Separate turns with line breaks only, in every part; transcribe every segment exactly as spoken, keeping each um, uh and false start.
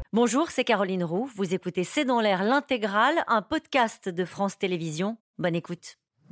Bonjour, c'est Caroline Roux. Vous écoutez C'est dans l'air l'intégrale, un podcast de France Télévisions. Bonne écoute.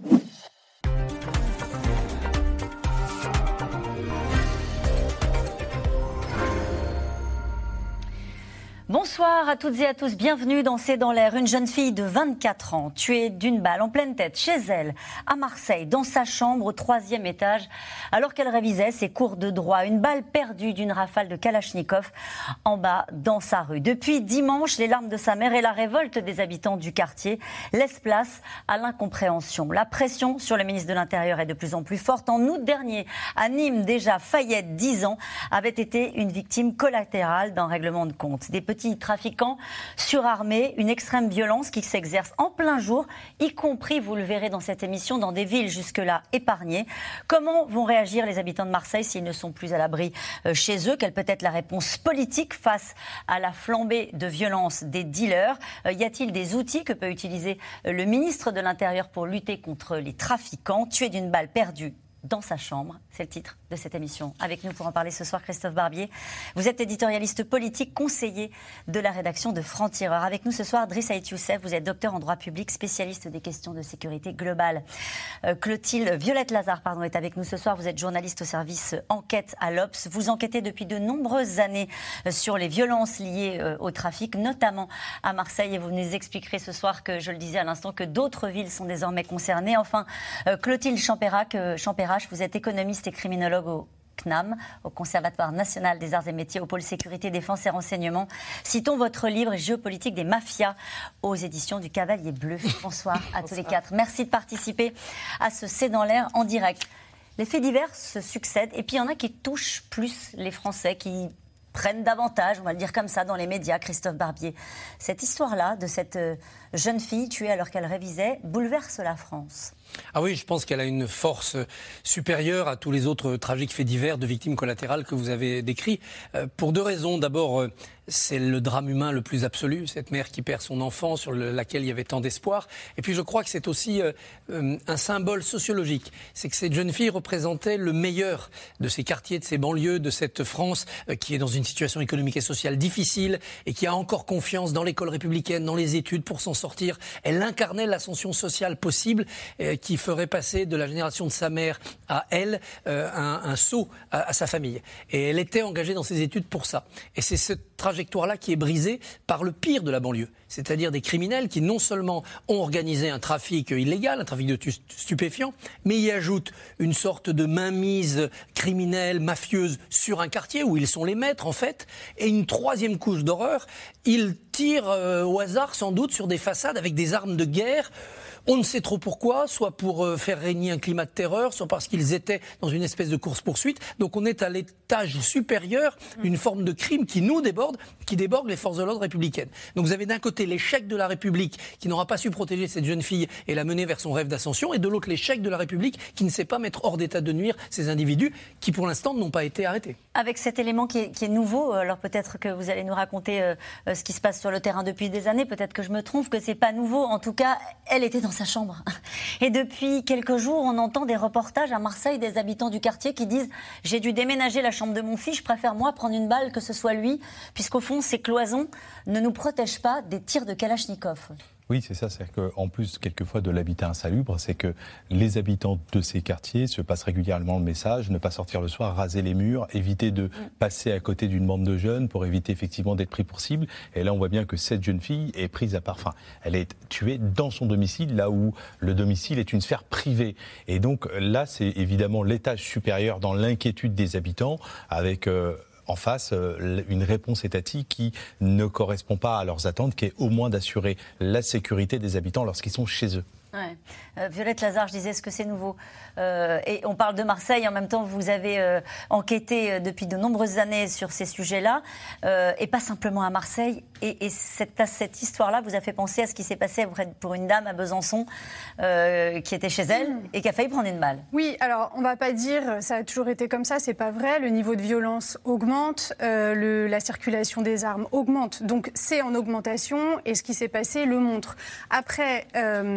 Bonsoir à toutes et à tous, bienvenue dans C'est dans l'air. Une jeune fille de vingt-quatre ans, tuée d'une balle en pleine tête chez elle, à Marseille, dans sa chambre au troisième étage, alors qu'elle révisait ses cours de droit. Une balle perdue d'une rafale de Kalachnikov en bas dans sa rue. Depuis dimanche, les larmes de sa mère et la révolte des habitants du quartier laissent place à l'incompréhension. La pression sur le ministre de l'Intérieur est de plus en plus forte. En août dernier, à Nîmes, déjà Fayette, dix ans, avait été une victime collatérale d'un règlement de compte. Des petits trafiquants surarmés, une extrême violence qui s'exerce en plein jour, y compris, vous le verrez dans cette émission, dans des villes jusque-là épargnées. Comment vont réagir les habitants de Marseille s'ils ne sont plus à l'abri chez eux? Quelle peut être la réponse politique face à la flambée de violence des dealers? Y a-t-il des outils que peut utiliser le ministre de l'Intérieur pour lutter contre les trafiquants? Tués d'une balle perdue dans sa chambre, c'est le titre de cette émission. Avec nous pour en parler ce soir, Christophe Barbier. Vous êtes éditorialiste politique, conseiller de la rédaction de Franc-Tireur. Avec nous ce soir, Driss Ait Youssef, vous êtes docteur en droit public, spécialiste des questions de sécurité globale. Euh, Clotilde, Violette Lazare, pardon, est avec nous ce soir. Vous êtes journaliste au service enquête à l'Obs. Vous enquêtez depuis de nombreuses années sur les violences liées euh, au trafic, notamment à Marseille. Et vous nous expliquerez ce soir que, je le disais à l'instant, que d'autres villes sont désormais concernées. Enfin, euh, Clotilde Champérac, euh, Champérac, vous êtes économiste et criminologue au C N A M, au Conservatoire national des arts et métiers, au pôle sécurité, défense et renseignement. Citons votre livre Géopolitique des mafias aux éditions du Cavalier Bleu. Bonsoir à tous les quatre. Merci de participer à ce C'est dans l'air en direct. Les faits divers se succèdent et puis il y en a qui touchent plus les Français, qui prennent davantage, on va le dire comme ça, dans les médias. Christophe Barbier, cette histoire-là de cette jeune fille tuée alors qu'elle révisait bouleverse la France.
Ah oui, je pense qu'elle a une force supérieure à tous les autres tragiques faits divers de victimes collatérales que vous avez décrits. Euh, pour deux raisons. D'abord, euh, c'est le drame humain le plus absolu, cette mère qui perd son enfant sur le, laquelle il y avait tant d'espoir. Et puis je crois que c'est aussi euh, euh, un symbole sociologique. C'est que cette jeune fille représentait le meilleur de ces quartiers, de ces banlieues, de cette France euh, qui est dans une situation économique et sociale difficile et qui a encore confiance dans l'école républicaine, dans les études pour s'en sortir. Elle incarnait l'ascension sociale possible euh, qui ferait passer de la génération de sa mère à elle euh, un, un saut à, à sa famille. Et elle était engagée dans ses études pour ça. Et c'est cette trajectoire-là qui est brisée par le pire de la banlieue, c'est-à-dire des criminels qui non seulement ont organisé un trafic illégal, un trafic de stupéfiants, mais y ajoutent une sorte de mainmise criminelle, mafieuse sur un quartier où ils sont les maîtres en fait, et une troisième couche d'horreur, ils tirent euh, au hasard sans doute sur des façades avec des armes de guerre. On ne sait trop pourquoi, soit pour faire régner un climat de terreur, soit parce qu'ils étaient dans une espèce de course-poursuite. Donc on est à l'étage supérieur d'une forme de crime qui nous déborde, qui déborde les forces de l'ordre républicaines. Donc vous avez d'un côté l'échec de la République qui n'aura pas su protéger cette jeune fille et la mener vers son rêve d'ascension, et de l'autre l'échec de la République qui ne sait pas mettre hors d'état de nuire ces individus qui pour l'instant n'ont pas été arrêtés.
Avec cet élément qui est, qui est nouveau, alors peut-être que vous allez nous raconter euh, ce qui se passe sur le terrain depuis des années, peut-être que je me trompe, que c'est pas nouveau. En tout cas, elle était dans sa chambre. Et depuis quelques jours, on entend des reportages à Marseille des habitants du quartier qui disent « J'ai dû déménager la chambre de mon fils, je préfère moi prendre une balle que ce soit lui, puisqu'au fond, ces cloisons ne nous protègent pas des tirs de Kalachnikov. »
Oui, c'est ça. C'est-à-dire qu'en plus, quelquefois, de l'habitat insalubre, c'est que les habitants de ces quartiers se passent régulièrement le message, ne pas sortir le soir, raser les murs, éviter de passer à côté d'une bande de jeunes pour éviter effectivement d'être pris pour cible. Et là, on voit bien que cette jeune fille est prise à part. Enfin, elle est tuée dans son domicile, là où le domicile est une sphère privée. Et donc là, c'est évidemment l'étage supérieur dans l'inquiétude des habitants, avec euh, en face euh, une réponse étatique qui ne correspond pas à leurs attentes, qui est au moins d'assurer la sécurité des habitants lorsqu'ils sont chez eux.
Ouais. Euh, Violette Lazare, je disais, est-ce que c'est nouveau euh, Et on parle de Marseille, en même temps, vous avez euh, enquêté euh, depuis de nombreuses années sur ces sujets-là, euh, et pas simplement à Marseille. Et, et cette, cette histoire-là vous a fait penser à ce qui s'est passé pour une dame à Besançon, euh, qui était chez elle et qui a failli prendre une balle.
Oui, alors on ne va pas dire ça a toujours été comme ça, c'est pas vrai. Le niveau de violence augmente, euh, le, la circulation des armes augmente. Donc c'est en augmentation, et ce qui s'est passé le montre. Après... Euh,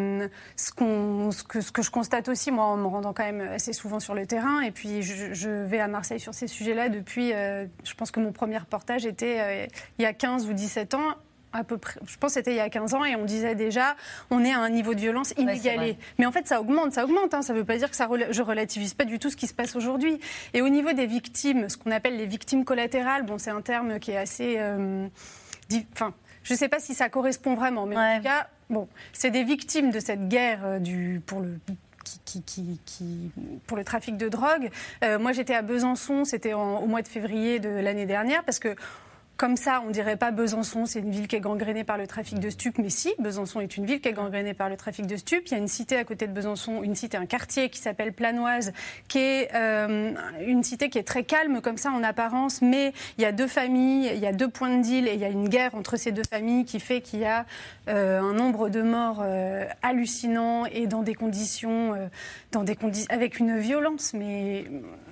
ce, qu'on, ce, que, ce que je constate aussi, moi, en me rendant quand même assez souvent sur le terrain, et puis je, je vais à Marseille sur ces sujets-là depuis, euh, je pense que mon premier reportage était euh, il y a quinze ou dix-sept ans, à peu près, je pense que c'était il y a quinze ans, et on disait déjà, on est à un niveau de violence inégalé. Ouais, mais en fait, ça augmente, ça augmente, hein, ça ne veut pas dire que ça, je relativise pas du tout ce qui se passe aujourd'hui. Et au niveau des victimes, ce qu'on appelle les victimes collatérales, bon, c'est un terme qui est assez... Euh, dit, enfin, je ne sais pas si ça correspond vraiment, mais ouais. en tout cas, bon, c'est des victimes de cette guerre euh, du, pour le... Qui, qui, qui, qui, pour le trafic de drogue. Euh, moi, j'étais à Besançon, c'était en, au mois de février de l'année dernière, parce que comme ça, on ne dirait pas Besançon, c'est une ville qui est gangrénée par le trafic de stupes, mais si, Besançon est une ville qui est gangrénée par le trafic de stupes. Il y a une cité à côté de Besançon, une cité, un quartier qui s'appelle Planoise, qui est euh, une cité qui est très calme comme ça en apparence, mais il y a deux familles, il y a deux points de deal et il y a une guerre entre ces deux familles qui fait qu'il y a euh, un nombre de morts euh, hallucinant et dans des conditions, euh, dans des condi- avec une violence, mais...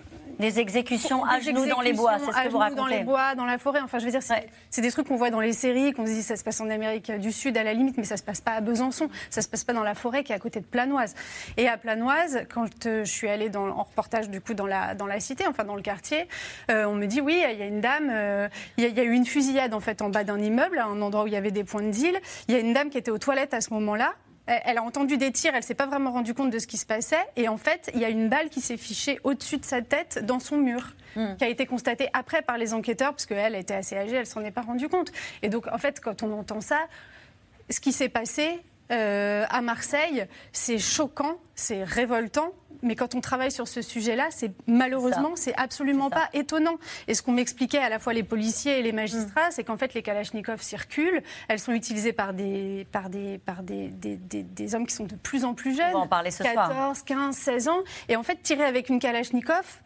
Des exécutions à genoux dans les bois, c'est ce que vous racontez.
Dans les bois, dans la forêt. Enfin, je veux dire, c'est, ouais. c'est des trucs qu'on voit dans les séries, qu'on se dit ça se passe en Amérique du Sud à la limite, mais ça se passe pas à Besançon, ça se passe pas dans la forêt qui est à côté de Planoise. Et à Planoise, quand je suis allée dans, en reportage du coup dans la dans la cité, enfin dans le quartier, euh, on me dit oui, il y a une dame, euh, il y, y a eu une fusillade en fait en bas d'un immeuble, à un endroit où il y avait des points de deal. Il y a une dame qui était aux toilettes à ce moment-là. Elle a entendu des tirs, elle ne s'est pas vraiment rendue compte de ce qui se passait. Et en fait, il y a une balle qui s'est fichée au-dessus de sa tête dans son mur, mmh. qui a été constatée après par les enquêteurs, parce qu'elle était assez âgée, elle ne s'en est pas rendue compte. Et donc, en fait, quand on entend ça, ce qui s'est passé euh, à Marseille, c'est choquant, c'est révoltant. Mais quand on travaille sur ce sujet-là, c'est malheureusement, c'est, c'est absolument c'est pas étonnant. Et ce qu'on m'expliquait à la fois les policiers et les magistrats, mmh. c'est qu'en fait, les kalachnikovs circulent. Elles sont utilisées par des, par des, par des, des, des, des hommes qui sont de plus en plus jeunes.
On va en parler ce
quatorze,
soir.
quinze, seize ans. Et en fait, tirer avec une kalachnikov...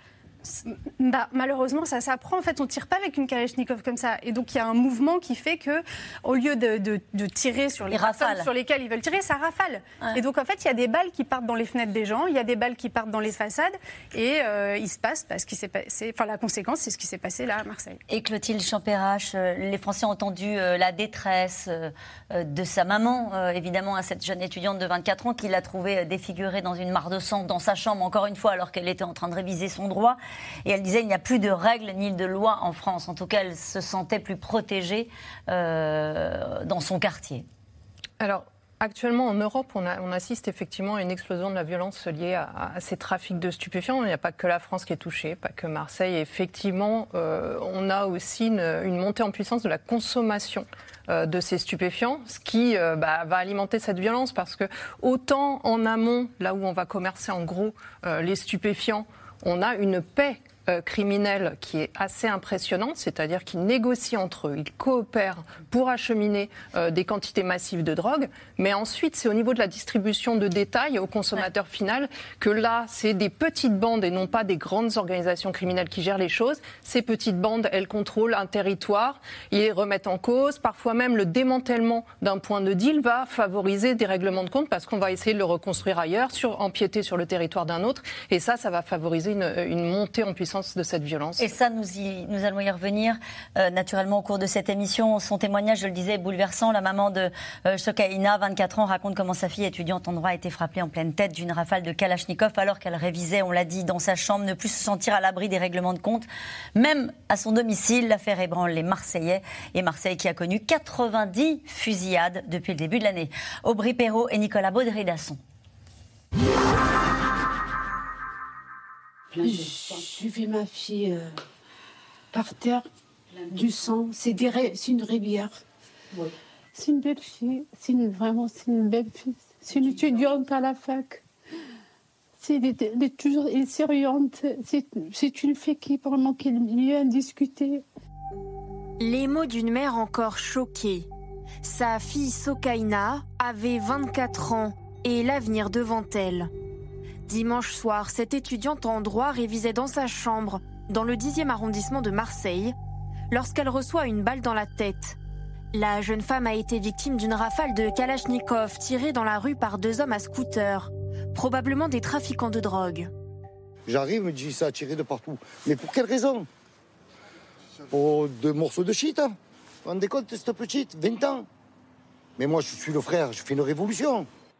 Bah, malheureusement, ça s'apprend. En fait, on ne tire pas avec une kalachnikov comme ça. Et donc, il y a un mouvement qui fait qu'au lieu de, de, de tirer sur les personnes sur lesquelles ils veulent tirer, ça rafale. Ouais. Et donc, en fait, il y a des balles qui partent dans les fenêtres des gens, il y a des balles qui partent dans les façades. Et euh, il se passe parce qu'il s'est passé... Enfin, la conséquence, c'est ce qui s'est passé là à Marseille.
Et Clotilde Champérache, les Français ont entendu la détresse de sa maman, évidemment, à cette jeune étudiante de vingt-quatre ans qui l'a trouvée défigurée dans une mare de sang dans sa chambre, encore une fois, alors qu'elle était en train de réviser son droit. Et elle disait qu'il n'y a plus de règles ni de lois en France. En tout cas, elle se sentait plus protégée euh, dans son quartier.
Alors, actuellement, en Europe, on, a, on assiste effectivement à une explosion de la violence liée à, à ces trafics de stupéfiants. Il n'y a pas que la France qui est touchée, pas que Marseille. Et effectivement, euh, on a aussi une, une montée en puissance de la consommation euh, de ces stupéfiants, ce qui euh, bah, va alimenter cette violence. Parce que autant en amont, là où on va commercer en gros euh, les stupéfiants, on a une paix euh, criminelle qui est assez impressionnante, c'est-à-dire qu'ils négocient entre eux, ils coopèrent pour acheminer euh, des quantités massives de drogue, mais ensuite c'est au niveau de la distribution de détail au consommateur ouais. final que là c'est des petites bandes et non pas des grandes organisations criminelles qui gèrent les choses. Ces petites bandes, elles contrôlent un territoire, ils les remettent en cause, parfois même le démantèlement d'un point de deal va favoriser des règlements de compte parce qu'on va essayer de le reconstruire ailleurs, sur, empiéter sur le territoire d'un autre, et ça, ça va favoriser une, une montée en puissance de cette violence.
Et ça, nous, y, nous allons y revenir euh, naturellement au cours de cette émission. Son témoignage, je le disais, est bouleversant. La maman de euh, Shokaïna, vingt-quatre ans, raconte comment sa fille étudiante en droit a été frappée en pleine tête d'une rafale de Kalachnikov alors qu'elle révisait, on l'a dit, dans sa chambre, ne plus se sentir à l'abri des règlements de compte. Même à son domicile, l'affaire ébranle les Marseillais. Et Marseille qui a connu quatre-vingt-dix fusillades depuis le début de l'année. Aubry Perrault et Nicolas Baudry-Dasson.
J'ai vu ma fille euh, par terre, du sang, c'est, des ré... c'est une rivière. Oui. C'est une belle fille, c'est une... vraiment c'est une belle fille. C'est une étudiante à la fac. C'est, elle, est, elle est toujours elle est souriante. C'est, c'est une fille qui vraiment qui est le mieux à discuter.
Les mots d'une mère encore choquée. Sa fille Shokaïna avait vingt-quatre ans et l'avenir devant elle. Dimanche soir, cette étudiante en droit révisait dans sa chambre, dans le dixième arrondissement de Marseille, lorsqu'elle reçoit une balle dans la tête. La jeune femme a été victime d'une rafale de Kalachnikov tirée dans la rue par deux hommes à scooter, probablement des trafiquants de drogue.
J'arrive, me dit ça a tiré de partout. Mais pour quelle raison? Pour deux morceaux de shit, hein. Vous vous rendez compte, cette petite, vingt ans. Mais moi, je suis le frère, je fais une révolution.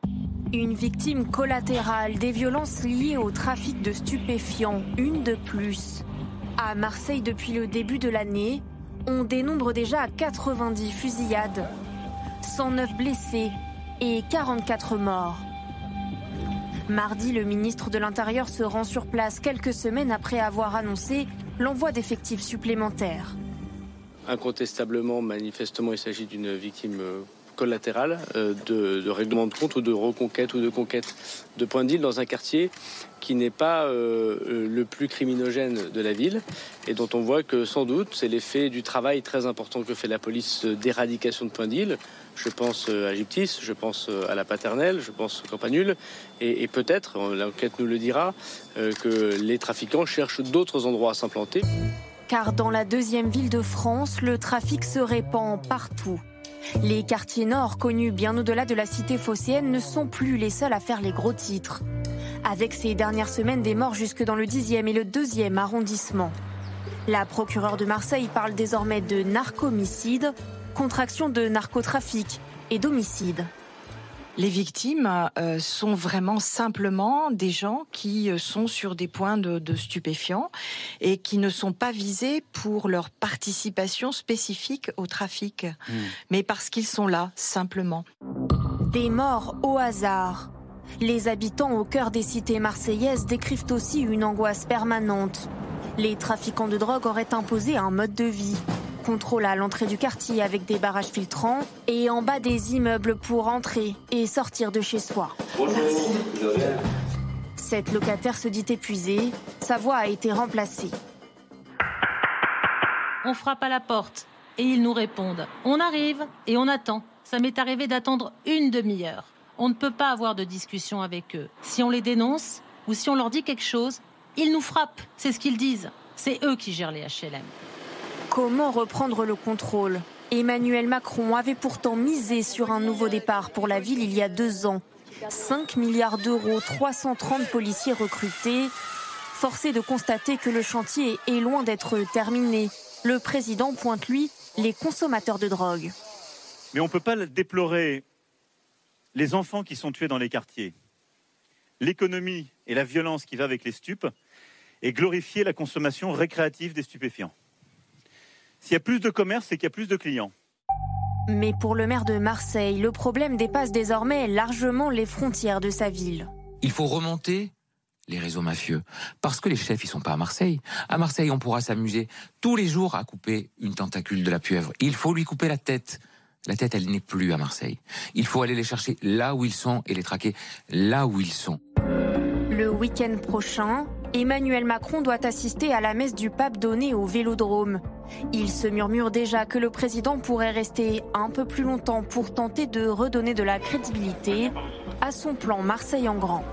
Une victime collatérale des violences liées au trafic de stupéfiants, une de plus. À Marseille, depuis le début de l'année, on dénombre déjà quatre-vingt-dix fusillades, cent neuf blessés et quarante-quatre morts. Mardi, le ministre de l'Intérieur se rend sur place quelques semaines après avoir annoncé l'envoi d'effectifs supplémentaires.
Incontestablement, manifestement, il s'agit d'une victime collatérale euh, de, de règlement de compte ou de reconquête ou de conquête de points de deal dans un quartier qui n'est pas euh, le plus criminogène de la ville et dont on voit que sans doute c'est l'effet du travail très important que fait la police d'éradication de points de deal. Je pense à Gyptis, je pense à la Paternelle, je pense au Campanule et, et peut-être, l'enquête nous le dira, euh, que les trafiquants cherchent d'autres endroits à s'implanter.
Car dans la deuxième ville de France, le trafic se répand partout. Les quartiers nord, connus bien au-delà de la cité phocéenne, ne sont plus les seuls à faire les gros titres. Avec ces dernières semaines des morts jusque dans le dixième et le deuxième arrondissement. La procureure de Marseille parle désormais de narcomicide, contraction de narcotrafic et d'homicide.
Les victimes euh, sont vraiment simplement des gens qui euh, sont sur des points de, de stupéfiants et qui ne sont pas visés pour leur participation spécifique au trafic, mmh. mais parce qu'ils sont là, simplement.
Des morts au hasard. Les habitants au cœur des cités marseillaises décrivent aussi une angoisse permanente. Les trafiquants de drogue auraient imposé un mode de vie. Contrôle à l'entrée du quartier avec des barrages filtrants et en bas des immeubles pour entrer et sortir de chez soi. Bonjour. Cette locataire se dit épuisée, sa voix a été remplacée.
On frappe à la porte et ils nous répondent. On arrive et on attend. Ça m'est arrivé d'attendre une demi-heure. On ne peut pas avoir de discussion avec eux. Si on les dénonce ou si on leur dit quelque chose, ils nous frappent. C'est ce qu'ils disent. C'est eux qui gèrent les H L M.
Comment reprendre le contrôle ? Emmanuel Macron avait pourtant misé sur un nouveau départ pour la ville il y a deux ans. cinq milliards d'euros, trois cent trente policiers recrutés. Forcé de constater que le chantier est loin d'être terminé. Le président pointe, lui, les consommateurs de drogue.
Mais on ne peut pas déplorer les enfants qui sont tués dans les quartiers, l'économie et la violence qui va avec les stupes, et glorifier la consommation récréative des stupéfiants. S'il y a plus de commerce, c'est qu'il y a plus de clients.
Mais pour le maire de Marseille, le problème dépasse désormais largement les frontières de sa ville.
Il faut remonter les réseaux mafieux, parce que les chefs, ils sont pas à Marseille. À Marseille, on pourra s'amuser tous les jours à couper une tentacule de la pieuvre. Il faut lui couper la tête. La tête, elle n'est plus à Marseille. Il faut aller les chercher là où ils sont et les traquer là où ils sont.
Le week-end prochain, Emmanuel Macron doit assister à la messe du pape donnée au Vélodrome. Il se murmure déjà que le président pourrait rester un peu plus longtemps pour tenter de redonner de la crédibilité à son plan Marseille en grand.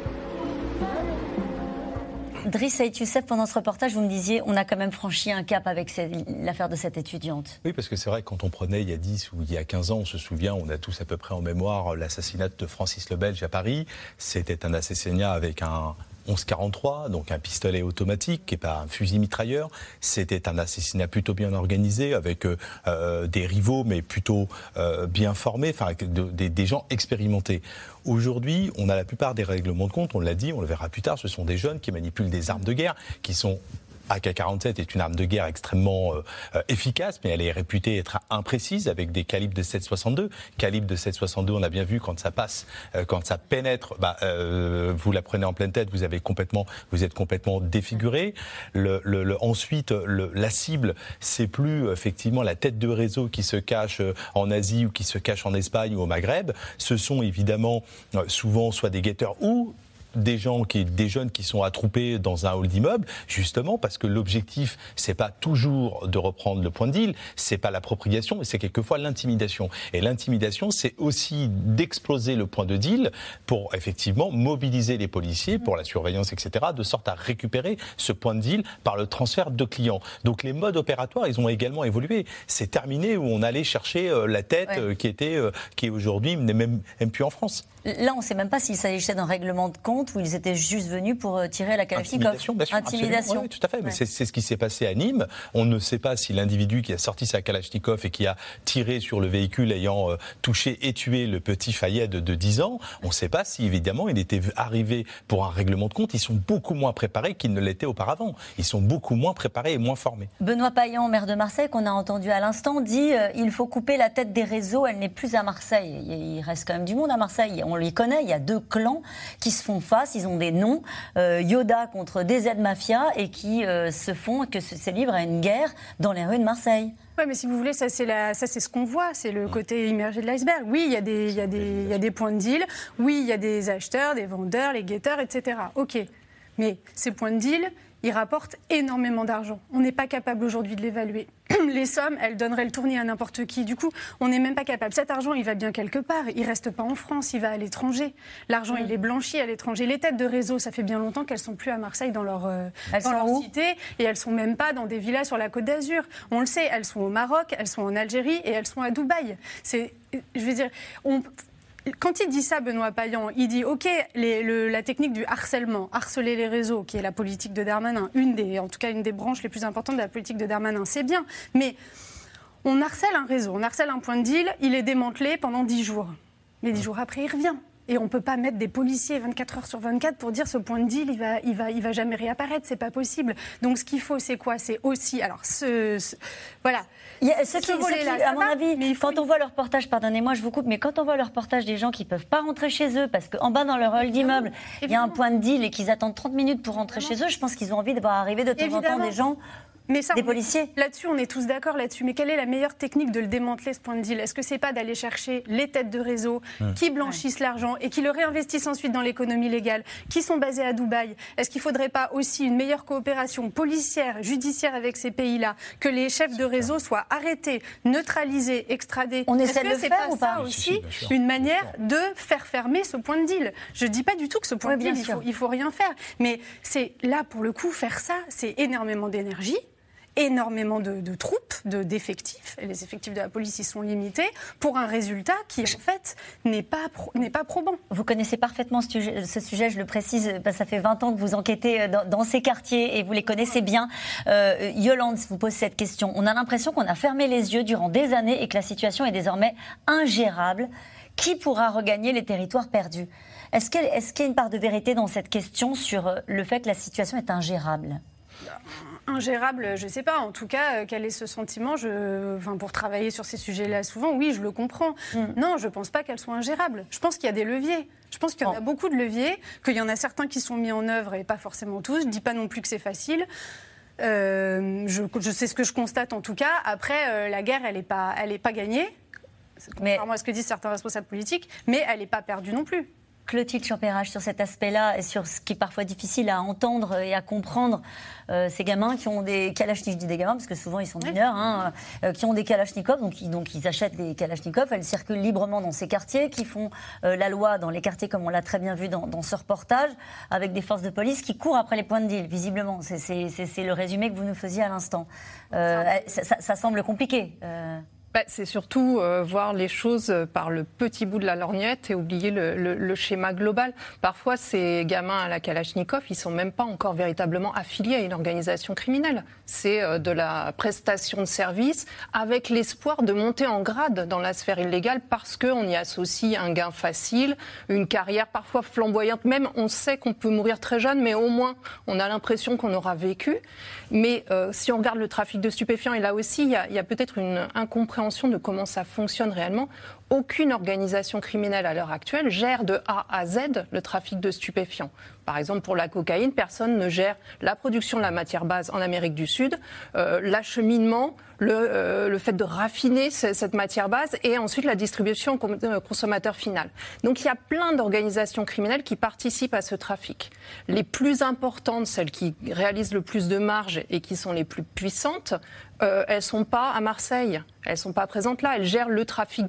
Driss Saïd Youssef, pendant ce reportage, vous me disiez on a quand même franchi un cap avec l'affaire de cette étudiante.
Oui, parce que c'est vrai que quand on prenait il y a dix ou il y a quinze ans, on se souvient, on a tous à peu près en mémoire l'assassinat de Francis le Belge à Paris. C'était un assassinat avec un onze quarante-trois, donc un pistolet automatique qui n'est pas un fusil mitrailleur. C'était un assassinat plutôt bien organisé avec euh, des rivaux mais plutôt euh, bien formés, enfin de, de, des gens expérimentés. Aujourd'hui, on a la plupart des règlements de compte, on l'a dit, on le verra plus tard, ce sont des jeunes qui manipulent des armes de guerre qui sont... A K quarante-sept est une arme de guerre extrêmement euh, efficace, mais elle est réputée être imprécise avec des calibres de sept soixante-deux. Calibre de sept soixante-deux, on a bien vu quand ça passe, euh, quand ça pénètre, bah, euh, vous la prenez en pleine tête, vous avez complètement, vous êtes complètement défiguré. Le, le, le, ensuite, le, la cible, c'est plus effectivement la tête de réseau qui se cache en Asie ou qui se cache en Espagne ou au Maghreb. Ce sont évidemment euh, souvent soit des guetteurs ou des gens qui, des jeunes qui sont attroupés dans un hall d'immeuble, justement parce que l'objectif, c'est pas toujours de reprendre le point de deal, c'est pas l'appropriation, mais c'est quelquefois l'intimidation. Et l'intimidation, c'est aussi d'exploser le point de deal pour effectivement mobiliser les policiers pour la surveillance, et cetera, de sorte à récupérer ce point de deal par le transfert de clients. Donc les modes opératoires, ils ont également évolué. C'est terminé où on allait chercher la tête ouais. qui était, qui aujourd'hui n'est même, même plus en France.
Là, on ne sait même pas s'il s'agissait d'un règlement de compte compte où ils étaient juste venus pour tirer à la Kalachnikov.
Intimidation, bien sûr.
Intimidation.
Oui, tout à fait.
Ouais.
Mais c'est, c'est ce qui s'est passé à Nîmes. On ne sait pas si l'individu qui a sorti sa Kalachnikov et qui a tiré sur le véhicule ayant euh, touché et tué le petit Fayed de dix ans, on ne sait pas si évidemment il était arrivé pour un règlement de compte. Ils sont beaucoup moins préparés qu'ils ne l'étaient auparavant. Ils sont beaucoup moins préparés et moins formés.
Benoît Payan, maire de Marseille, qu'on a entendu à l'instant, dit euh, il faut couper la tête des réseaux, elle n'est plus à Marseille. Il reste quand même du monde à Marseille, on les connaît, il y a deux clans qui se font face, ils ont des noms, euh, Yoda contre D Z Mafia, et qui euh, se font, que se, se livrent à une guerre dans les rues de Marseille.
Oui, mais si vous voulez, ça c'est, la, ça c'est ce qu'on voit, c'est le côté immergé de l'iceberg. Oui, il y a des, il y a des, il y a des points de deal, oui, il y a des acheteurs, des vendeurs, les guetteurs, et cetera. Ok, mais ces points de deal, ils rapportent énormément d'argent. On n'est pas capable aujourd'hui de l'évaluer. Les sommes, elles donneraient le tournis à n'importe qui. Du coup, on n'est même pas capable. Cet argent, il va bien quelque part. Il ne reste pas en France, il va à l'étranger. L'argent, mmh. il est blanchi à l'étranger. Les têtes de réseau, ça fait bien longtemps qu'elles ne sont plus à Marseille dans leur, euh, dans leur cité. Et elles ne sont même pas dans des villas sur la Côte d'Azur. On le sait, elles sont au Maroc, elles sont en Algérie et elles sont à Dubaï. C'est, je veux dire... On, Quand il dit ça, Benoît Payan, il dit ok, les, le, la technique du harcèlement, harceler les réseaux, qui est la politique de Darmanin, une des, en tout cas une des branches les plus importantes de la politique de Darmanin, c'est bien. Mais on harcèle un réseau, on harcèle un point de deal, il est démantelé pendant dix jours. Mais dix jours après, il revient. Et on ne peut pas mettre des policiers vingt-quatre heures sur vingt-quatre pour dire ce point de deal, il ne va, il va, il va jamais réapparaître, c'est pas possible. Donc ce qu'il faut, c'est quoi? C'est aussi, alors ce, ce voilà.
Il y a ce qui, ce qui, à mon avis, mais quand on voit le reportage, pardonnez-moi, je vous coupe, mais quand on voit le reportage des gens qui ne peuvent pas rentrer chez eux parce qu'en bas dans leur hall d'immeuble, il y a un point de deal et qu'ils attendent trente minutes pour rentrer Évidemment. chez eux, je pense qu'ils ont envie de voir arriver de temps Évidemment. en temps des gens. Mais ça, des policiers.
Là-dessus, on est tous d'accord là-dessus. Mais quelle est la meilleure technique de le démanteler, ce point de deal? Est-ce que c'est pas d'aller chercher les têtes de réseau mmh. qui blanchissent ouais. l'argent et qui le réinvestissent ensuite dans l'économie légale, qui sont basés à Dubaï? Est-ce qu'il ne faudrait pas aussi une meilleure coopération policière, judiciaire avec ces pays-là? Que les chefs de réseau soient arrêtés, neutralisés, extradés?
On essaie
Est-ce
de
que c'est
faire
pas
ou pas
ça aussi si, si, une manière de faire fermer ce point de deal? Je ne dis pas du tout que ce point
ouais,
de deal, il faut, il faut rien faire. Mais c'est là, pour le coup, faire ça, c'est énormément d'énergie, énormément de, de troupes, de, d'effectifs, et les effectifs de la police, ils sont limités, pour un résultat qui, en fait, n'est pas, pro, n'est pas probant.
Vous connaissez parfaitement ce sujet, ce sujet je le précise, parce que ça fait vingt ans que vous enquêtez dans, dans ces quartiers et vous les connaissez bien. Euh, Yolande vous pose cette question. On a l'impression qu'on a fermé les yeux durant des années et que la situation est désormais ingérable. Qui pourra regagner les territoires perdus? Est-ce qu'il, est-ce qu'il y a une part de vérité dans cette question sur le fait que la situation est ingérable?
Ingérable, je ne sais pas. En tout cas, quel est ce sentiment? je... enfin, Pour travailler sur ces sujets-là, souvent, oui, je le comprends. Mm. Non, je ne pense pas qu'elles soient ingérables. Je pense qu'il y a des leviers. Je pense qu'il y en a beaucoup de leviers, qu'il y en a certains qui sont mis en œuvre et pas forcément tous. Je ne dis pas non plus que c'est facile. Euh, je, je sais ce que je constate en tout cas. Après, euh, la guerre, elle n'est pas, elle est pas gagnée. Contrairement mais... à ce que disent certains responsables politiques, mais elle n'est pas perdue non plus.
Clotilde Champérage, sur cet aspect-là et sur ce qui est parfois difficile à entendre et à comprendre, euh, ces gamins qui ont des kalachnikovs, je dis des gamins parce que souvent ils sont mineurs, hein, euh, qui ont des kalachnikovs, donc, donc ils achètent des kalachnikovs, elles circulent librement dans ces quartiers, qui font euh, la loi dans les quartiers comme on l'a très bien vu dans, dans ce reportage, avec des forces de police qui courent après les points de deal, visiblement. C'est, c'est, c'est, c'est le résumé que vous nous faisiez à l'instant. Euh, ça, ça, ça semble compliqué. Euh...
Bah, c'est surtout euh, voir les choses par le petit bout de la lorgnette et oublier le, le, le schéma global. Parfois, ces gamins à la Kalachnikov, ils sont même pas encore véritablement affiliés à une organisation criminelle. C'est euh, de la prestation de service avec l'espoir de monter en grade dans la sphère illégale parce qu'on y associe un gain facile, une carrière parfois flamboyante. Même, on sait qu'on peut mourir très jeune, mais au moins, on a l'impression qu'on aura vécu. Mais euh, si on regarde le trafic de stupéfiants, et là aussi, il y a, il y a peut-être une incompréhension de comment ça fonctionne réellement. Aucune organisation criminelle à l'heure actuelle gère de A à Z le trafic de stupéfiants. Par exemple, pour la cocaïne, personne ne gère la production de la matière base en Amérique du Sud, euh, l'acheminement, le, euh, le fait de raffiner c- cette matière base et ensuite la distribution au consommateur final. Donc il y a plein d'organisations criminelles qui participent à ce trafic. Les plus importantes, celles qui réalisent le plus de marge et qui sont les plus puissantes, euh, elles ne sont pas à Marseille. Elles ne sont pas présentes là. Elles gèrent le trafic de gros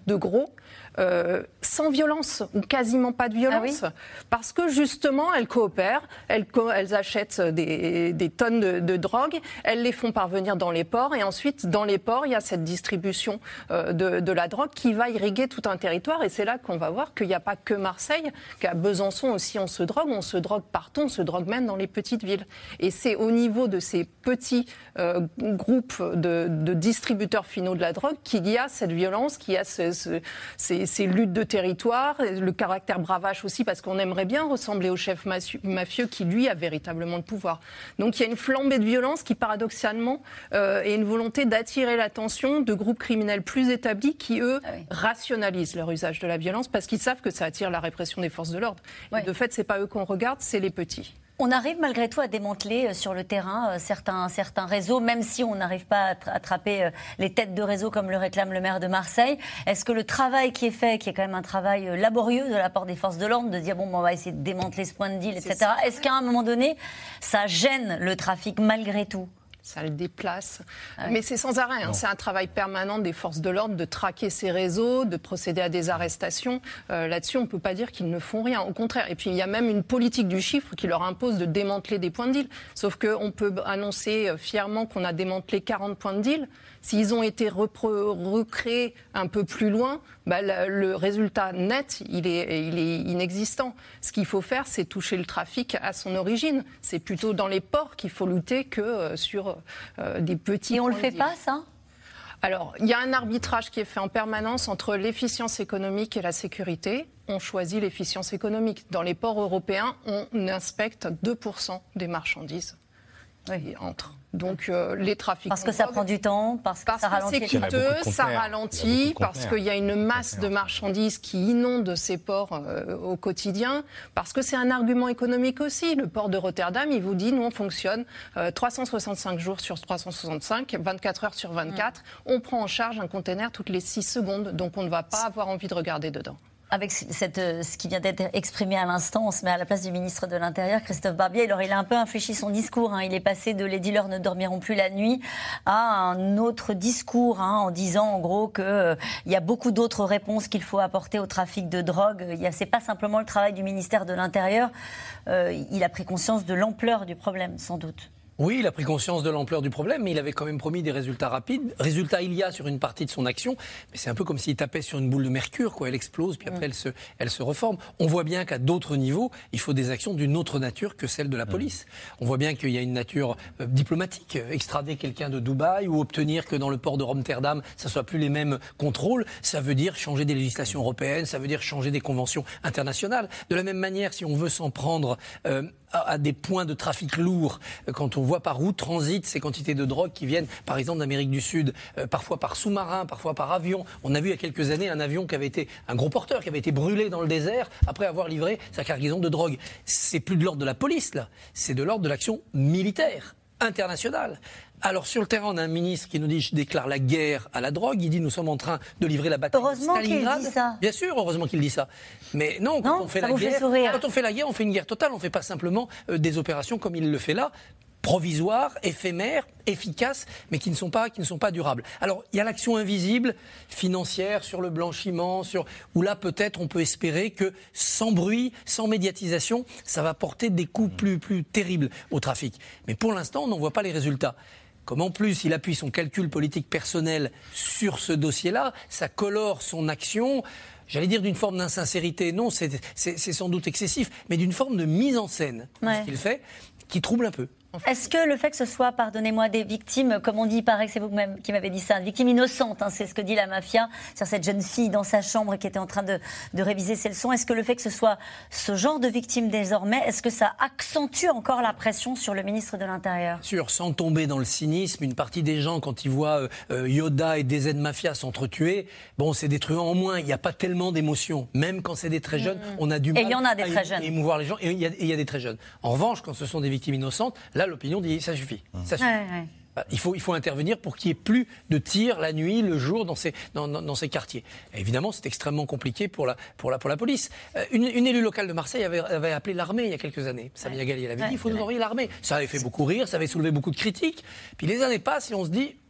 euros. Euh, sans violence ou quasiment pas de violence,
ah oui
parce que justement elles coopèrent, elles, co- elles achètent des, des tonnes de, de drogue, elles les font parvenir dans les ports et ensuite dans les ports il y a cette distribution euh, de, de la drogue qui va irriguer tout un territoire et c'est là qu'on va voir qu'il n'y a pas que Marseille, qu'à Besançon aussi on se drogue, on se drogue partout, on se drogue même dans les petites villes et c'est au niveau de ces petits euh, groupes de, de distributeurs finaux de la drogue qu'il y a cette violence, qu'il y a ce, ce, ces ces luttes de territoire, le caractère bravache aussi, parce qu'on aimerait bien ressembler au chef mafieux qui, lui, a véritablement le pouvoir. Donc il y a une flambée de violence qui, paradoxalement, euh, est une volonté d'attirer l'attention de groupes criminels plus établis qui, eux, ah oui. rationalisent leur usage de la violence parce qu'ils savent que ça attire la répression des forces de l'ordre. Oui. Et de fait, c'est pas eux qu'on regarde, c'est les petits.
On arrive malgré tout à démanteler sur le terrain certains, certains réseaux, même si on n'arrive pas à attraper les têtes de réseau comme le réclame le maire de Marseille. Est-ce que le travail qui est fait, qui est quand même un travail laborieux de la part des forces de l'ordre, de dire bon, on va essayer de démanteler ce point de deal, et cetera. Est-ce qu'à un moment donné, ça gêne le trafic malgré tout ?
Ça le déplace. Ah oui. Mais c'est sans arrêt. Hein. C'est un travail permanent des forces de l'ordre de traquer ces réseaux, de procéder à des arrestations. Euh, là-dessus, on ne peut pas dire qu'ils ne font rien. Au contraire. Et puis, il y a même une politique du chiffre qui leur impose de démanteler des points de deal. Sauf qu'on peut annoncer fièrement qu'on a démantelé quarante points de deal. S'ils ont été repre- recréés un peu plus loin, bah, le, le résultat net, il est, il est inexistant. Ce qu'il faut faire, c'est toucher le trafic à son origine. C'est plutôt dans les ports qu'il faut lutter que euh, sur euh, des petits.
Et on
points
le fait
de
pas, ça ?
Alors, il y a un arbitrage qui est fait en permanence entre l'efficience économique et la sécurité. On choisit l'efficience économique. Dans les ports européens, on inspecte deux pour cent des marchandises qui entrent. Donc euh, les trafics.
Parce que ça prend du temps, parce que
parce
ça
que
ralentit.
c'est coûteux, ça ralentit, parce qu'il y a une masse de marchandises qui inonde ces ports euh, au quotidien, parce que c'est un argument économique aussi. Le port de Rotterdam, il vous dit, nous on fonctionne euh, trois cent soixante-cinq jours sur trois cent soixante-cinq, vingt-quatre heures sur vingt-quatre. Mmh. On prend en charge un container toutes les six secondes, donc on ne va pas avoir envie de regarder dedans.
Avec cette, ce qui vient d'être exprimé à l'instant, on se met à la place du ministre de l'Intérieur, Christophe Barbier. Alors, il a un peu infléchi son discours. Hein. Il est passé de « les dealers ne dormiront plus la nuit » à un autre discours, hein, en disant en gros qu'il euh, y a beaucoup d'autres réponses qu'il faut apporter au trafic de drogue. Ce n'est pas simplement le travail du ministère de l'Intérieur. Euh, il a pris conscience de l'ampleur du problème, sans doute.
Oui, il a pris conscience de l'ampleur du problème, mais il avait quand même promis des résultats rapides. Résultats, il y a sur une partie de son action, mais c'est un peu comme s'il tapait sur une boule de mercure, quoi. Elle explose, puis après, mmh. elle, se, elle se reforme. On voit bien qu'à d'autres niveaux, il faut des actions d'une autre nature que celle de la police. Mmh. On voit bien qu'il y a une nature euh, diplomatique. Extrader quelqu'un de Dubaï ou obtenir que dans le port de Rotterdam, ça soit plus les mêmes contrôles, ça veut dire changer des législations européennes, ça veut dire changer des conventions internationales. De la même manière, si on veut s'en prendre euh, à, à des points de trafic lourds, quand on voit par où transitent ces quantités de drogue qui viennent, par exemple, d'Amérique du Sud, euh, parfois par sous-marin, parfois par avion. On a vu il y a quelques années un avion qui avait été, un gros porteur, qui avait été brûlé dans le désert après avoir livré sa cargaison de drogue. C'est plus de l'ordre de la police, là. C'est de l'ordre de l'action militaire, internationale. Alors, sur le terrain, on a un ministre qui nous dit « je déclare la guerre à la drogue ». Il dit « nous sommes en train de livrer la bataille de Stalingrad ».
Heureusement qu'il dit ça.
Bien sûr, heureusement qu'il dit ça. Mais non, quand,
non,
on, fait
ça
la
vous
guerre,
fait sourire.
quand on fait la guerre, on fait une guerre totale. On ne fait pas simplement euh, des opérations comme il le fait là, provisoires, éphémères, efficaces, mais qui ne sont pas, qui ne sont pas durables. Alors, il y a l'action invisible, financière, sur le blanchiment, sur, où là, peut-être, on peut espérer que, sans bruit, sans médiatisation, ça va porter des coups plus, plus terribles au trafic. Mais pour l'instant, on n'en voit pas les résultats. Comme en plus, il appuie son calcul politique personnel sur ce dossier-là, ça colore son action. J'allais dire d'une forme d'insincérité, non, c'est, c'est, c'est sans doute excessif, mais d'une forme de mise en scène, ouais. ce qu'il fait, qui trouble un peu.
Est-ce que le fait que ce soit, pardonnez-moi, des victimes, comme on dit, il paraît que c'est vous-même qui m'avez dit ça, une victime innocente, hein, c'est ce que dit la mafia, sur cette jeune fille dans sa chambre qui était en train de, de réviser ses leçons, est-ce que le fait que ce soit ce genre de victime désormais, est-ce que ça accentue encore la pression sur le ministre de l'Intérieur ?
Bien sûr, sans tomber dans le cynisme, une partie des gens, quand ils voient euh, Yoda et D Z Mafia s'entretuer, bon, c'est des truands en moins, il n'y a pas tellement d'émotions. Même quand c'est des très jeunes, mmh. on a du mal
et il y en a des très jeunes.
à émouvoir les gens, et il y, a, et il y a des très jeunes. En revanche, quand ce sont des victimes innocentes, là, l'opinion dit ça suffit. Ça suffit. Ouais, ouais. Il faut, il faut intervenir pour qu'il n'y ait plus de tirs la nuit, le jour, dans ces, dans, dans, dans ces quartiers. Et évidemment, c'est extrêmement compliqué pour la, pour la, pour la police. Une, une élue locale de Marseille avait, avait appelé l'armée il y a quelques années. Samia ouais. Ghali, elle avait ouais, dit il faut nous envoyer l'armée. Ça avait fait beaucoup rire, ça avait soulevé beaucoup de critiques. Puis les années passent et on se dit, bon,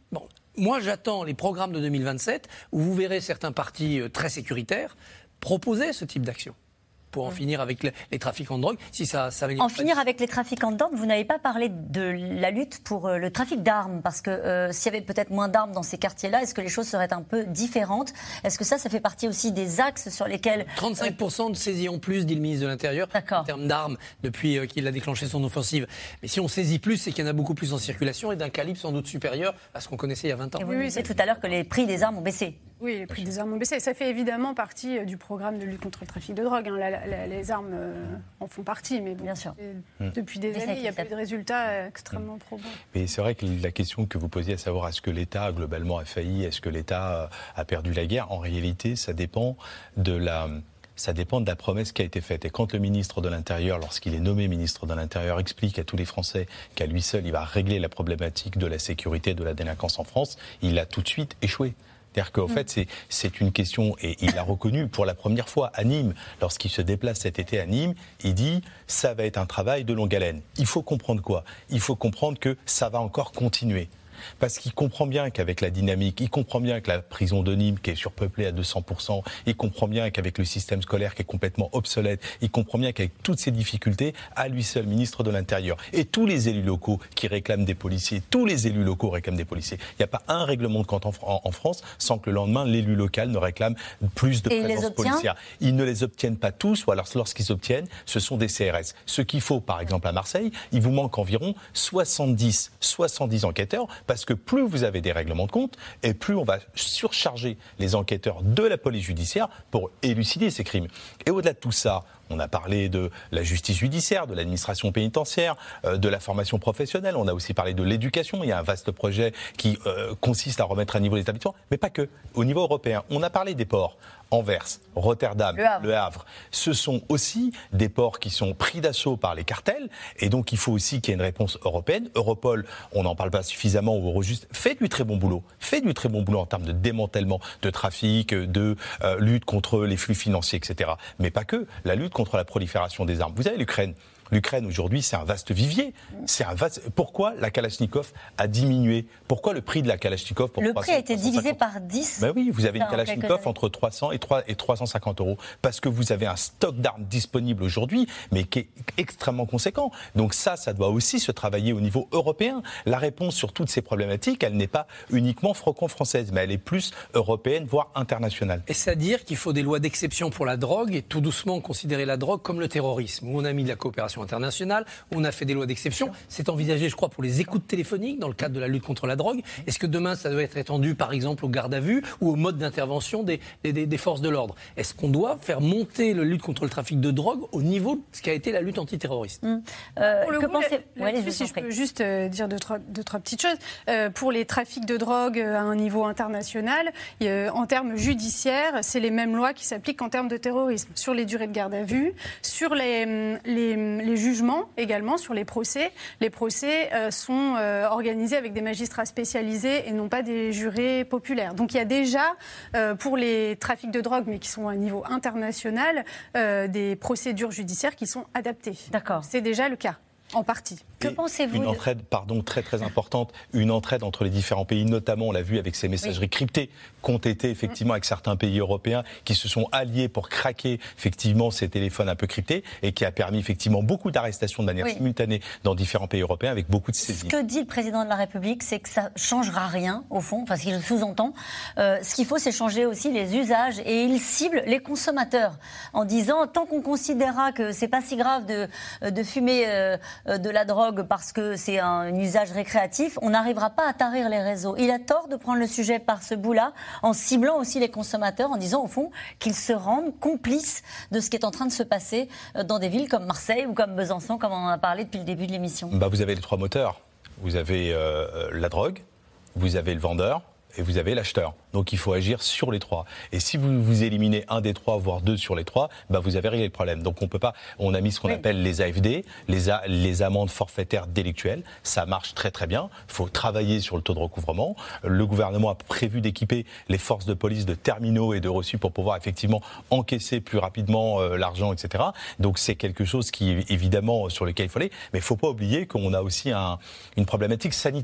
moi, j'attends les programmes de deux mille vingt-sept où vous verrez certains partis très sécuritaires proposer ce type d'action pour en mmh. finir avec les, les trafiquants de drogue. Si ça, ça
en finir avec les trafiquants de drogue, vous n'avez pas parlé de la lutte pour euh, le trafic d'armes, parce que euh, s'il y avait peut-être moins d'armes dans ces quartiers-là, est-ce que les choses seraient un peu différentes? Est-ce que ça, ça fait partie aussi des axes sur lesquels...
trente-cinq pour cent de saisies en plus, dit le ministre de l'Intérieur, en termes d'armes, depuis euh, qu'il a déclenché son offensive. Mais si on saisit plus, c'est qu'il y en a beaucoup plus en circulation et d'un calibre sans doute supérieur à ce qu'on connaissait il y a vingt ans.
Et vous oui, disiez tout à l'heure que les prix des armes ont baissé.
Oui, les prix des armes ont baissé. Ça fait évidemment partie du programme de lutte contre le trafic de drogue. Hein. La, la, les armes euh, en font partie, mais bon,
bien sûr.
Depuis des années, il n'y a pas eu de résultats extrêmement probants.
Mais c'est vrai que la question que vous posiez, à savoir est-ce que l'État globalement a failli, est-ce que l'État a perdu la guerre, en réalité, ça dépend de la... Ça dépend de la promesse qui a été faite. Et quand le ministre de l'Intérieur, lorsqu'il est nommé ministre de l'Intérieur, explique à tous les Français qu'à lui seul, il va régler la problématique de la sécurité et de la délinquance en France, il a tout de suite échoué. C'est-à-dire qu'en mmh. fait, c'est, c'est une question, et il l'a reconnu pour la première fois à Nîmes, lorsqu'il se déplace cet été à Nîmes, il dit « ça va être un travail de longue haleine ». Il faut comprendre quoi ? Il faut comprendre que ça va encore continuer. Parce qu'il comprend bien qu'avec la dynamique, il comprend bien que la prison de Nîmes qui est surpeuplée à deux cents pour cent, il comprend bien qu'avec le système scolaire qui est complètement obsolète, il comprend bien qu'avec toutes ces difficultés, à lui seul, ministre de l'Intérieur, et tous les élus locaux qui réclament des policiers, tous les élus locaux réclament des policiers. Il n'y a pas un règlement de compte en, en, en France sans que le lendemain, l'élu local ne réclame plus de
et
présence
il
policière. Ils ne les obtiennent pas tous, ou alors lorsqu'ils obtiennent, ce sont des C R S. Ce qu'il faut, par exemple, à Marseille, il vous manque environ soixante-dix, soixante-dix enquêteurs, parce que plus vous avez des règlements de compte, et plus on va surcharger les enquêteurs de la police judiciaire pour élucider ces crimes. Et au-delà de tout ça, on a parlé de la justice judiciaire, de l'administration pénitentiaire, euh, de la formation professionnelle. On a aussi parlé de l'éducation. Il y a un vaste projet qui euh, consiste à remettre à niveau les établissements, mais pas que. Au niveau européen, on a parlé des ports. Anvers, Rotterdam, le Havre. le Havre. Ce sont aussi des ports qui sont pris d'assaut par les cartels. Et donc, il faut aussi qu'il y ait une réponse européenne. Europol, on n'en parle pas suffisamment, ou Eurojust, fait du très bon boulot. Fait du très bon boulot en termes de démantèlement de trafic, de euh, lutte contre les flux financiers, et cetera. Mais pas que. La lutte contre la prolifération des armes. Vous avez l'Ukraine. L'Ukraine, aujourd'hui, c'est un vaste vivier. C'est un vaste... Pourquoi la Kalachnikov a diminué ? Pourquoi le prix de la Kalachnikov pour
Le
trois cents,
prix a été
trois cent cinquante
divisé par dix.
Ben oui, vous avez une Kalachnikov entre trois cents et trois cent cinquante euros. Parce que vous avez un stock d'armes disponible aujourd'hui, mais qui est extrêmement conséquent. Donc ça, ça doit aussi se travailler au niveau européen. La réponse sur toutes ces problématiques, elle n'est pas uniquement franco-française, mais elle est plus européenne, voire internationale.
Et c'est-à-dire qu'il faut des lois d'exception pour la drogue et tout doucement considérer la drogue comme le terrorisme, où on a mis de la coopération internationale, on a fait des lois d'exception. C'est envisagé, je crois, pour les écoutes téléphoniques dans le cadre de la lutte contre la drogue. Est-ce que demain, ça doit être étendu, par exemple, au garde à vue ou au mode d'intervention des, des, des forces de l'ordre ? Est-ce qu'on doit faire monter la lutte contre le trafic de drogue au niveau de ce qu'a été la lutte antiterroriste ?
mmh. euh, Pour le que coup, pensez... là, là, si je peux juste euh, dire deux trois, deux, trois petites choses. Euh, pour les trafics de drogue à un niveau international, euh, en termes judiciaires, c'est les mêmes lois qui s'appliquent qu'en termes de terrorisme. Sur les durées de garde à vue, sur les, les, les jugements également, sur les procès. Les procès euh, sont euh, organisés avec des magistrats spécialisés et non pas des jurés populaires. Donc il y a déjà, euh, pour les trafics de drogue, mais qui sont à un niveau international, euh, des procédures judiciaires qui sont adaptées.
D'accord.
C'est déjà le cas. En partie.
Que pensez-vous
Une entraide, pardon, très très importante, une entraide entre les différents pays, notamment, on l'a vu avec ces messageries oui. cryptées, qu'ont été effectivement avec certains pays européens qui se sont alliés pour craquer effectivement ces téléphones un peu cryptés et qui a permis effectivement beaucoup d'arrestations de manière oui. simultanée dans différents pays européens avec beaucoup de saisies.
Ce que dit le président de la République, c'est que ça ne changera rien au fond, enfin ce qu'il sous-entend. Euh, ce qu'il faut, c'est changer aussi les usages et il cible les consommateurs en disant tant qu'on considérera que c'est pas si grave de, de fumer euh, de la drogue parce que c'est un, un usage récréatif, on n'arrivera pas à tarir les réseaux. Il a tort de prendre le sujet par ce bout-là, en ciblant aussi les consommateurs, en disant au fond qu'ils se rendent complices de ce qui est en train de se passer dans des villes comme Marseille ou comme Besançon, comme on en a parlé depuis le début de l'émission.
Bah vous avez les trois moteurs. Vous avez euh, la drogue, vous avez le vendeur et vous avez l'acheteur. Donc il faut agir sur les trois. Et si vous, vous éliminez un des trois, voire deux sur les trois, bah vous avez réglé le problème. Donc on peut pas. On a mis ce qu'on oui. appelle les A F D, les, a, les amendes forfaitaires délictuelles. Ça marche très très bien. Il faut travailler sur le taux de recouvrement. Le gouvernement a prévu d'équiper les forces de police de terminaux et de reçus pour pouvoir effectivement encaisser plus rapidement euh, l'argent, et cetera. Donc c'est quelque chose qui évidemment sur lequel il faut aller. Mais il faut pas oublier qu'on a aussi un, une problématique sanitaire.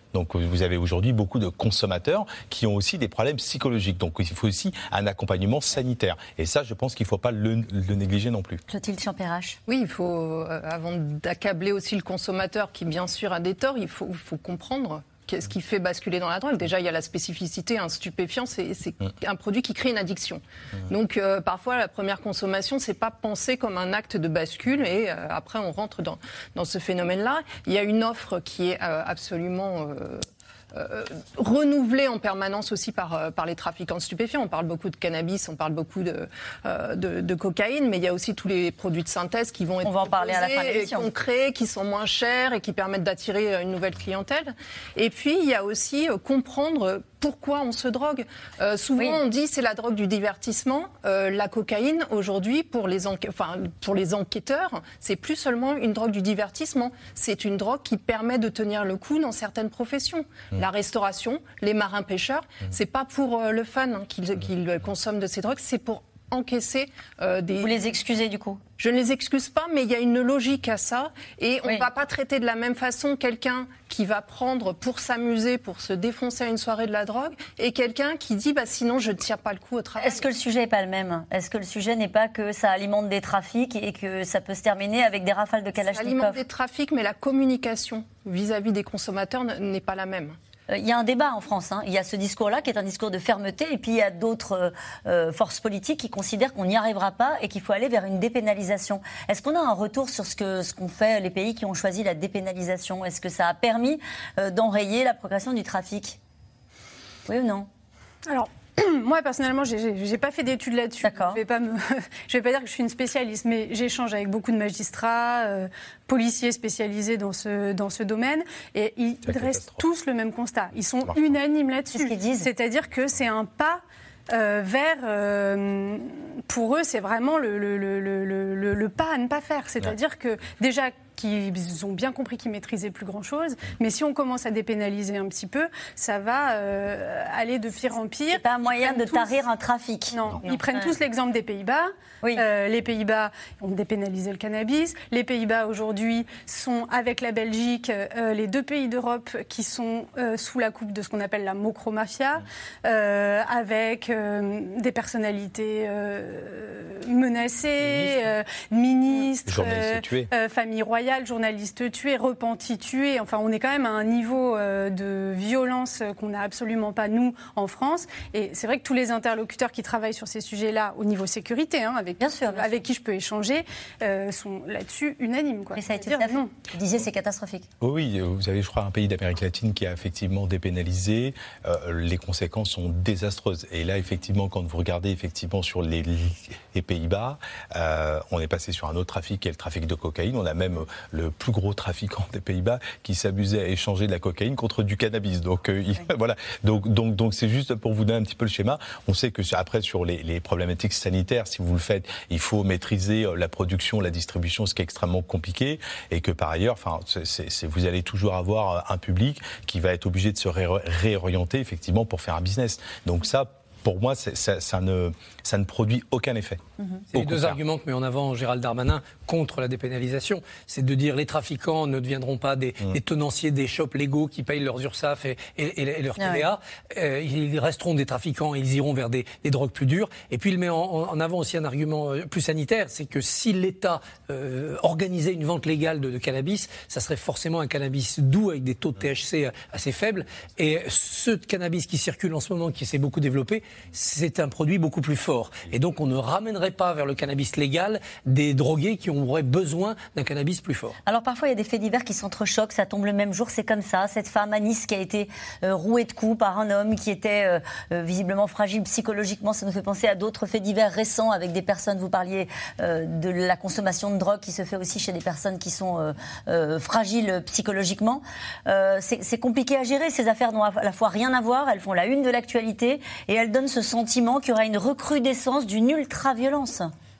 Donc vous avez aujourd'hui beaucoup de consommateurs qui ont aussi des problèmes psychologiques. Donc il faut aussi un accompagnement sanitaire. Et ça, je pense qu'il ne faut pas le, le négliger non plus.
Clotilde Champérache.
Oui, il faut, euh, avant d'accabler aussi le consommateur qui bien sûr a des torts, il faut, il faut comprendre qu'est-ce qui fait basculer dans la drogue. Déjà, il y a la spécificité, un stupéfiant, c'est, c'est mmh. un produit qui crée une addiction. Mmh. Donc euh, parfois, la première consommation, c'est pas pensé comme un acte de bascule et euh, après on rentre dans, dans ce phénomène-là. Il y a une offre qui est euh, absolument... Euh, Euh, renouvelé en permanence aussi par, euh, par les trafiquants de stupéfiants. On parle beaucoup de cannabis, on parle beaucoup de, euh, de, de cocaïne, mais il y a aussi tous les produits de synthèse qui vont être
on va en parler à la fin de l'émission.
Concrets, qui sont moins chers et qui permettent d'attirer une nouvelle clientèle. Et puis, il y a aussi euh, comprendre pourquoi on se drogue. Euh, souvent, oui. on dit c'est la drogue du divertissement. Euh, la cocaïne, aujourd'hui, pour les, enquê- enfin, pour les enquêteurs, c'est plus seulement une drogue du divertissement. C'est une drogue qui permet de tenir le coup dans certaines professions. Mmh. La restauration, les marins-pêcheurs, mmh. c'est pas pour euh, le fun hein, qu'ils, mmh. qu'ils consomment de ces drogues, c'est pour encaisser euh, des...
Vous les excusez du coup ?
Je ne les excuse pas, mais il y a une logique à ça. Et on ne oui. va pas traiter de la même façon quelqu'un qui va prendre pour s'amuser, pour se défoncer à une soirée de la drogue, et quelqu'un qui dit bah, « sinon je ne tiens pas le coup au travail ».
Est-ce que le sujet n'est pas le même ? Est-ce que le sujet n'est pas que ça alimente des trafics et que ça peut se terminer avec des rafales de Kalachnikov ?
Ça alimente des trafics, mais la communication vis-à-vis des consommateurs n'est pas la même.
Il y a un débat en France. Hein. Il y a ce discours-là qui est un discours de fermeté et puis il y a d'autres euh, forces politiques qui considèrent qu'on n'y arrivera pas et qu'il faut aller vers une dépénalisation. Est-ce qu'on a un retour sur ce, que, ce qu'ont fait les pays qui ont choisi la dépénalisation ? Est-ce que ça a permis euh, d'enrayer la progression du trafic ? Oui ou non ?
Alors, moi, personnellement, j'ai, j'ai pas fait d'études là-dessus.
D'accord.
Je vais pas me, je vais pas dire que je suis une spécialiste, mais j'échange avec beaucoup de magistrats, euh, policiers spécialisés dans ce, dans ce domaine, et ils dressent tous le même constat. Ils sont unanimes là-dessus.
C'est ce qu'ils disent.
C'est-à-dire que c'est un pas euh, vers... Euh, pour eux, c'est vraiment le, le, le, le, le, le pas à ne pas faire. C'est-à-dire ouais. que, déjà, qu'ils ont bien compris qu'ils maîtrisaient plus grand-chose, mais si on commence à dépénaliser un petit peu, ça va euh, aller de pire en pire.
C'est pas un moyen de
tous...
tarir un trafic.
Non, non. Ils prennent ouais. tous l'exemple des Pays-Bas.
Oui.
Euh, les Pays-Bas ont dépénalisé le cannabis. Les Pays-Bas, aujourd'hui, sont, avec la Belgique, euh, les deux pays d'Europe qui sont euh, sous la coupe de ce qu'on appelle la mocromafia, euh, avec euh, des personnalités euh, menacées, euh, ministres,
journalistes tués,
euh, familles royales, journalistes tués, repentis tués. Enfin, on est quand même à un niveau euh, de violence qu'on n'a absolument pas, nous, en France. Et c'est vrai que tous les interlocuteurs qui travaillent sur ces sujets-là, au niveau sécurité, hein, avec,
bien sûr, bien
avec
sûr.
qui je peux échanger, euh, sont là-dessus unanimes. Quoi.
Mais ça a été
dire, non.
Vous disiez c'est catastrophique.
Oui, vous avez, je crois, un pays d'Amérique latine qui a effectivement dépénalisé. Euh, les conséquences sont désastreuses. Et là, effectivement, quand vous regardez effectivement sur les, les Pays-Bas, euh, on est passé sur un autre trafic qui est le trafic de cocaïne. On a même le plus gros trafiquant des Pays-Bas qui s'amusait à échanger de la cocaïne contre du cannabis. Donc euh, il, voilà. Donc donc donc c'est juste pour vous donner un petit peu le schéma. On sait que après sur les, les problématiques sanitaires, si vous le faites, il faut maîtriser la production, la distribution, ce qui est extrêmement compliqué, et que par ailleurs, enfin, c'est, c'est, vous allez toujours avoir un public qui va être obligé de se ré- réorienter effectivement pour faire un business. Donc ça, pour moi, c'est, ça, ça, ne, ça ne produit aucun effet.
Mmh. C'est les deux arguments que met en avant Gérald Darmanin contre la dépénalisation. C'est de dire les trafiquants ne deviendront pas des, mmh. des tenanciers des shops légaux qui payent leurs URSSAF et, et, et leur T V A. Ouais. Euh, ils resteront des trafiquants et ils iront vers des, des drogues plus dures. Et puis il met en, en avant aussi un argument plus sanitaire, c'est que si l'État euh, organisait une vente légale de, de cannabis, ça serait forcément un cannabis doux avec des taux de T H C assez faibles. Et ce cannabis qui circule en ce moment, qui s'est beaucoup développé, c'est un produit beaucoup plus fort. Et donc on ne ramènerait pas vers le cannabis légal des drogués qui auraient besoin d'un cannabis plus fort.
Alors parfois il y a des faits divers qui s'entrechoquent, ça tombe le même jour, c'est comme ça. Cette femme à Nice qui a été euh, rouée de coups par un homme qui était euh, visiblement fragile psychologiquement, ça nous fait penser à d'autres faits divers récents avec des personnes, vous parliez euh, de la consommation de drogue qui se fait aussi chez des personnes qui sont euh, euh, fragiles psychologiquement. Euh, c'est, c'est compliqué à gérer, ces affaires n'ont à la fois rien à voir, elles font la une de l'actualité et elles donnent ce sentiment qu'il y aura une recrudescence d'une ultra-violence.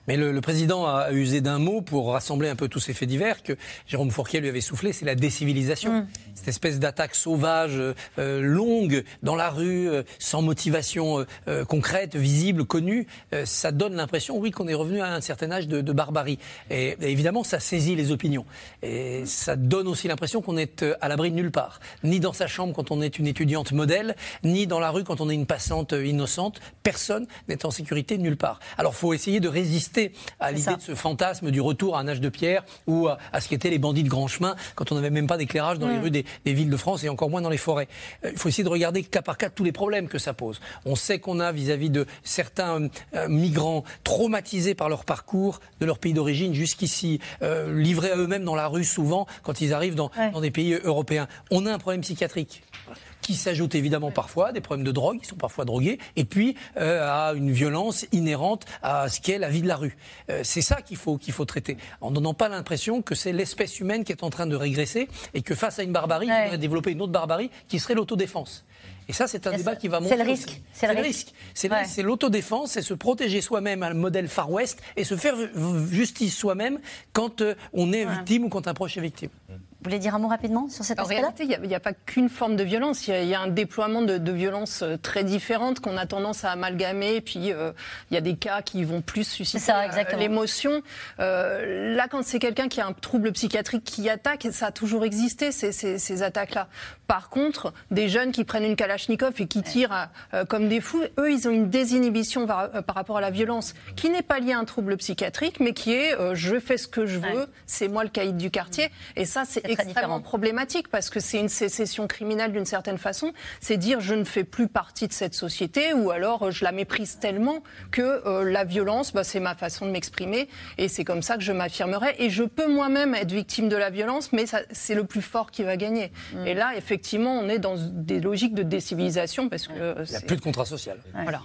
Mais le, le président a usé d'un mot pour rassembler un peu tous ces faits divers que Jérôme Fourquet lui avait soufflé, c'est la décivilisation. Mmh. Cette espèce d'attaque sauvage, euh, longue, dans la rue, euh, sans motivation euh, concrète, visible, connue, euh, ça donne l'impression, oui, qu'on est revenu à un certain âge de, de barbarie. Et, et évidemment, ça saisit les opinions. Et ça donne aussi l'impression qu'on est à l'abri de nulle part. Ni dans sa chambre quand on est une étudiante modèle, ni dans la rue quand on est une passante innocente. Personne n'est en sécurité nulle part. Alors, il faut essayer de résister à l'idée de ce fantasme du retour à un âge de pierre ou à, à ce qu'étaient les bandits de grand chemin quand on n'avait même pas d'éclairage dans mmh. les rues des, des villes de France et encore moins dans les forêts. Euh, il faut essayer de regarder cas par cas tous les problèmes que ça pose. On sait qu'on a vis-à-vis de certains euh, migrants traumatisés par leur parcours de leur pays d'origine jusqu'ici, euh, livrés à eux-mêmes dans la rue souvent quand ils arrivent dans, ouais. dans des pays européens. On a un problème psychiatrique qui s'ajoute évidemment parfois à des problèmes de drogue, ils sont parfois drogués, et puis euh, à une violence inhérente à ce qu'est la vie de la rue. Euh, c'est ça qu'il faut, qu'il faut traiter, en donnant pas l'impression que c'est l'espèce humaine qui est en train de régresser et que face à une barbarie, ouais. il faudrait développer une autre barbarie qui serait l'autodéfense. Et ça, c'est un c'est débat ça. qui va monter.
C'est le risque.
C'est, c'est le risque. C'est, ouais. c'est l'autodéfense, c'est se protéger soi-même à un modèle Far West et se faire justice soi-même quand euh, on est ouais. victime ou quand un proche est victime.
Vous voulez dire un mot rapidement sur cet aspect-là ?
En réalité, il n'y a, a pas qu'une forme de violence. Il y, y a un déploiement de, de violences très différentes qu'on a tendance à amalgamer. Puis euh, il y a des cas qui vont plus susciter ça, euh, l'émotion. Euh, là, quand c'est quelqu'un qui a un trouble psychiatrique qui attaque, ça a toujours existé, ces, ces, ces attaques-là. Par contre, des jeunes qui prennent une Kalachnikov et qui tirent euh, comme des fous, eux, ils ont une désinhibition par, euh, par rapport à la violence qui n'est pas liée à un trouble psychiatrique, mais qui est euh, je fais ce que je veux, ouais. c'est moi le caïd du quartier. Et ça, c'est, c'est extrêmement problématique parce que c'est une sécession criminelle d'une certaine façon. C'est dire je ne fais plus partie de cette société ou alors je la méprise tellement que euh, la violence, bah, c'est ma façon de m'exprimer et c'est comme ça que je m'affirmerai. Et je peux moi-même être victime de la violence, mais ça, c'est le plus fort qui va gagner. Mmh. Et là, effectivement, on est dans des logiques de décivilisation parce que
il n'y a plus de contrat social.
Ouais.
Voilà.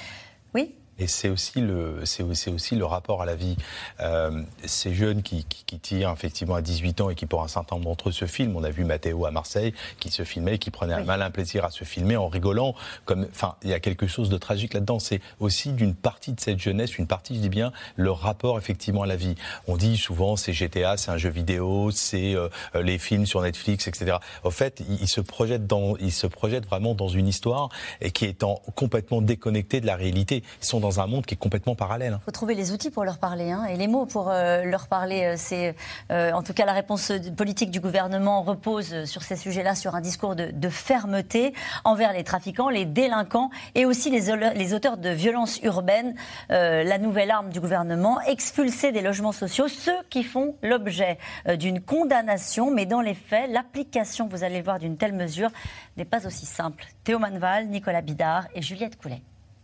Oui.
Et c'est aussi le, c'est, c'est aussi le rapport à la vie. Euh, ces jeunes qui, qui, qui tirent effectivement à dix-huit ans et qui, pour un certain nombre d'entre eux, se filment. On a vu Matteo à Marseille qui se filmait, qui prenait oui. un malin plaisir à se filmer en rigolant. Comme, enfin, il y a quelque chose de tragique là-dedans. C'est aussi d'une partie de cette jeunesse, une partie, je dis bien, le rapport effectivement à la vie. On dit souvent c'est G T A, c'est un jeu vidéo, c'est euh, les films sur Netflix, et cetera. En fait, ils, ils se projettent dans, ils se projettent vraiment dans une histoire et qui est en, complètement déconnectée de la réalité. Ils sont dans dans un monde qui est complètement parallèle.
Il faut trouver les outils pour leur parler hein, et les mots pour euh, leur parler. C'est, euh, en tout cas, la réponse politique du gouvernement repose sur ces sujets-là, sur un discours de, de fermeté envers les trafiquants, les délinquants et aussi les, les auteurs de violences urbaines. Euh, la nouvelle arme du gouvernement, expulser des logements sociaux ceux qui font l'objet euh, d'une condamnation. Mais dans les faits, l'application, vous allez le voir, d'une telle mesure n'est pas aussi simple. Théo Manval, Nicolas Bidard et Juliette Coulet.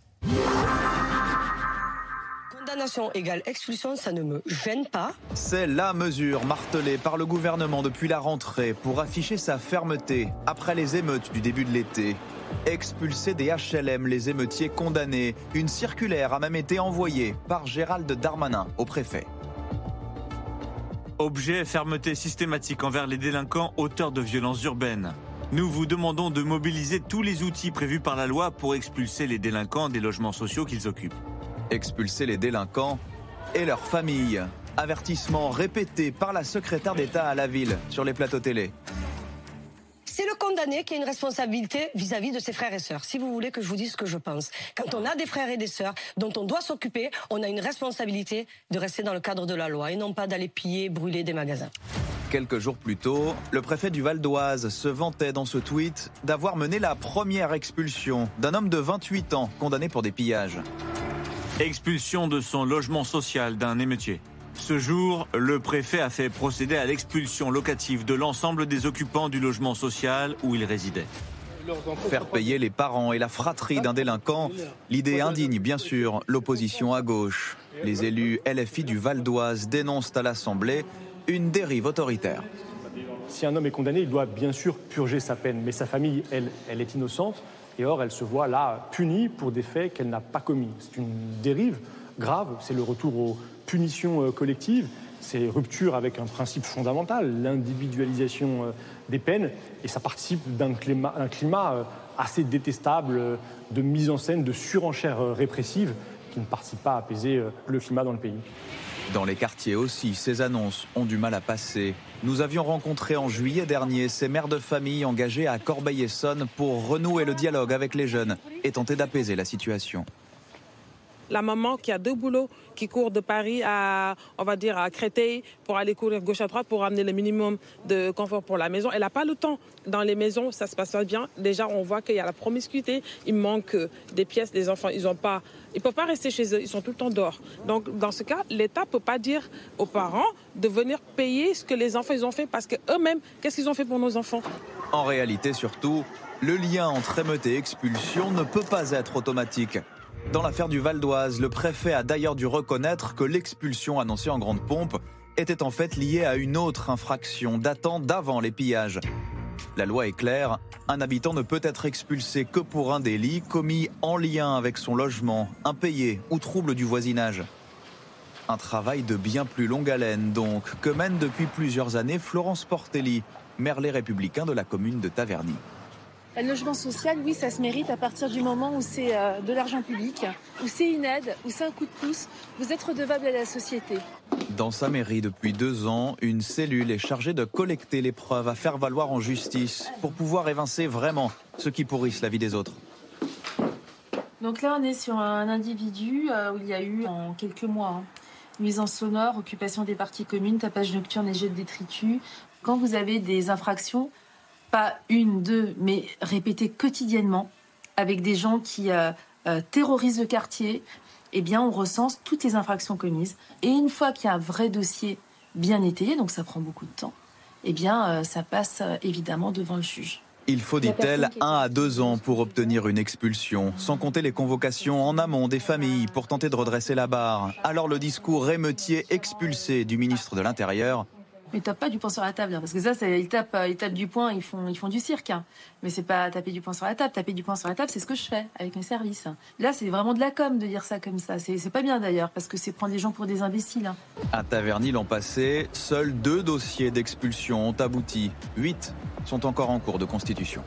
Condamnation égale expulsion, ça ne me gêne pas.
C'est la mesure martelée par le gouvernement depuis la rentrée pour afficher sa fermeté après les émeutes du début de l'été. Expulser des H L M les émeutiers condamnés. Une circulaire a même été envoyée par Gérald Darmanin au préfet.
Objet, fermeté systématique envers les délinquants auteurs de violences urbaines. Nous vous demandons de mobiliser tous les outils prévus par la loi pour expulser les délinquants des logements sociaux qu'ils occupent.
Expulser les délinquants et leurs familles. Avertissement répété par la secrétaire d'État à la ville sur les plateaux télé.
C'est le condamné qui a une responsabilité vis-à-vis de ses frères et sœurs. Si vous voulez que je vous dise ce que je pense. Quand on a des frères et des sœurs dont on doit s'occuper, on a une responsabilité de rester dans le cadre de la loi et non pas d'aller piller, brûler des magasins.
Quelques jours plus tôt, le préfet du Val d'Oise se vantait dans ce tweet d'avoir mené la première expulsion d'un homme de vingt-huit ans condamné pour des pillages.
Expulsion de son logement social d'un émeutier. Ce jour, le préfet a fait procéder à l'expulsion locative de l'ensemble des occupants du logement social où il résidait.
Faire payer les parents et la fratrie d'un délinquant, l'idée indigne bien sûr l'opposition à gauche. Les élus L F I du Val d'Oise dénoncent à l'Assemblée une dérive autoritaire.
Si un homme est condamné, il doit bien sûr purger sa peine, mais sa famille, elle, elle est innocente, et or elle se voit là punie pour des faits qu'elle n'a pas commis. C'est une dérive grave, c'est le retour aux punitions collectives, c'est rupture avec un principe fondamental, l'individualisation des peines, et ça participe d'un climat, un climat assez détestable de mise en scène, de surenchère répressive, qui ne participe pas à apaiser le climat dans le pays.
Dans les quartiers aussi, ces annonces ont du mal à passer. Nous avions rencontré en juillet dernier ces mères de famille engagées à Corbeil-Essonnes pour renouer le dialogue avec les jeunes et tenter d'apaiser la situation.
La maman qui a deux boulots, qui court de Paris à, on va dire, à Créteil pour aller courir gauche à droite pour amener le minimum de confort pour la maison. Elle n'a pas le temps. Dans les maisons, ça se passe pas bien. Déjà, on voit qu'il y a la promiscuité. Il manque des pièces. Les enfants, ils ont pas, ils peuvent pas rester chez eux. Ils sont tout le temps dehors. Donc, dans ce cas, l'État peut pas dire aux parents de venir payer ce que les enfants ils ont fait parce que eux-mêmes, qu'est-ce qu'ils ont fait pour nos enfants?
En réalité, surtout, le lien entre émeute et expulsion ne peut pas être automatique. Dans l'affaire du Val d'Oise, le préfet a d'ailleurs dû reconnaître que l'expulsion annoncée en grande pompe était en fait liée à une autre infraction datant d'avant les pillages. La loi est claire, un habitant ne peut être expulsé que pour un délit commis en lien avec son logement, impayé ou trouble du voisinage. Un travail de bien plus longue haleine donc, que mène depuis plusieurs années Florence Portelli, maire Les Républicains de la commune de Taverny.
Le logement social, oui, ça se mérite à partir du moment où c'est euh, de l'argent public, où c'est une aide, où c'est un coup de pouce. Vous êtes redevable à la société.
Dans sa mairie depuis deux ans, une cellule est chargée de collecter les preuves à faire valoir en justice pour pouvoir évincer vraiment ceux qui pourrissent la vie des autres.
Donc là, on est sur un individu euh, où il y a eu en quelques mois hein, nuisance sonore, occupation des parties communes, tapage nocturne et jet de détritus. Quand vous avez des infractions, pas une, deux, mais répétées quotidiennement, avec des gens qui euh, euh, terrorisent le quartier, eh bien, on recense toutes les infractions commises. Et une fois qu'il y a un vrai dossier bien étayé, donc ça prend beaucoup de temps, eh bien, euh, ça passe euh, évidemment devant le juge.
Il faut, dit-elle, un à deux ans pour obtenir une expulsion, sans compter les convocations en amont des familles pour tenter de redresser la barre. Alors le discours émeutier expulsé du ministre de l'Intérieur.
Ils tapent pas du poing sur la table, hein, parce que ça, c'est, ils, tapent, ils tapent du poing, ils font, ils font du cirque. Hein. Mais c'est pas taper du poing sur la table. Taper du poing sur la table, c'est ce que je fais avec mes services. Là, c'est vraiment de la com de dire ça comme ça. C'est, c'est pas bien d'ailleurs, parce que c'est prendre les gens pour des imbéciles. Hein.
À Taverny l'an passé, seuls deux dossiers d'expulsion ont abouti. Huit sont encore en cours de constitution.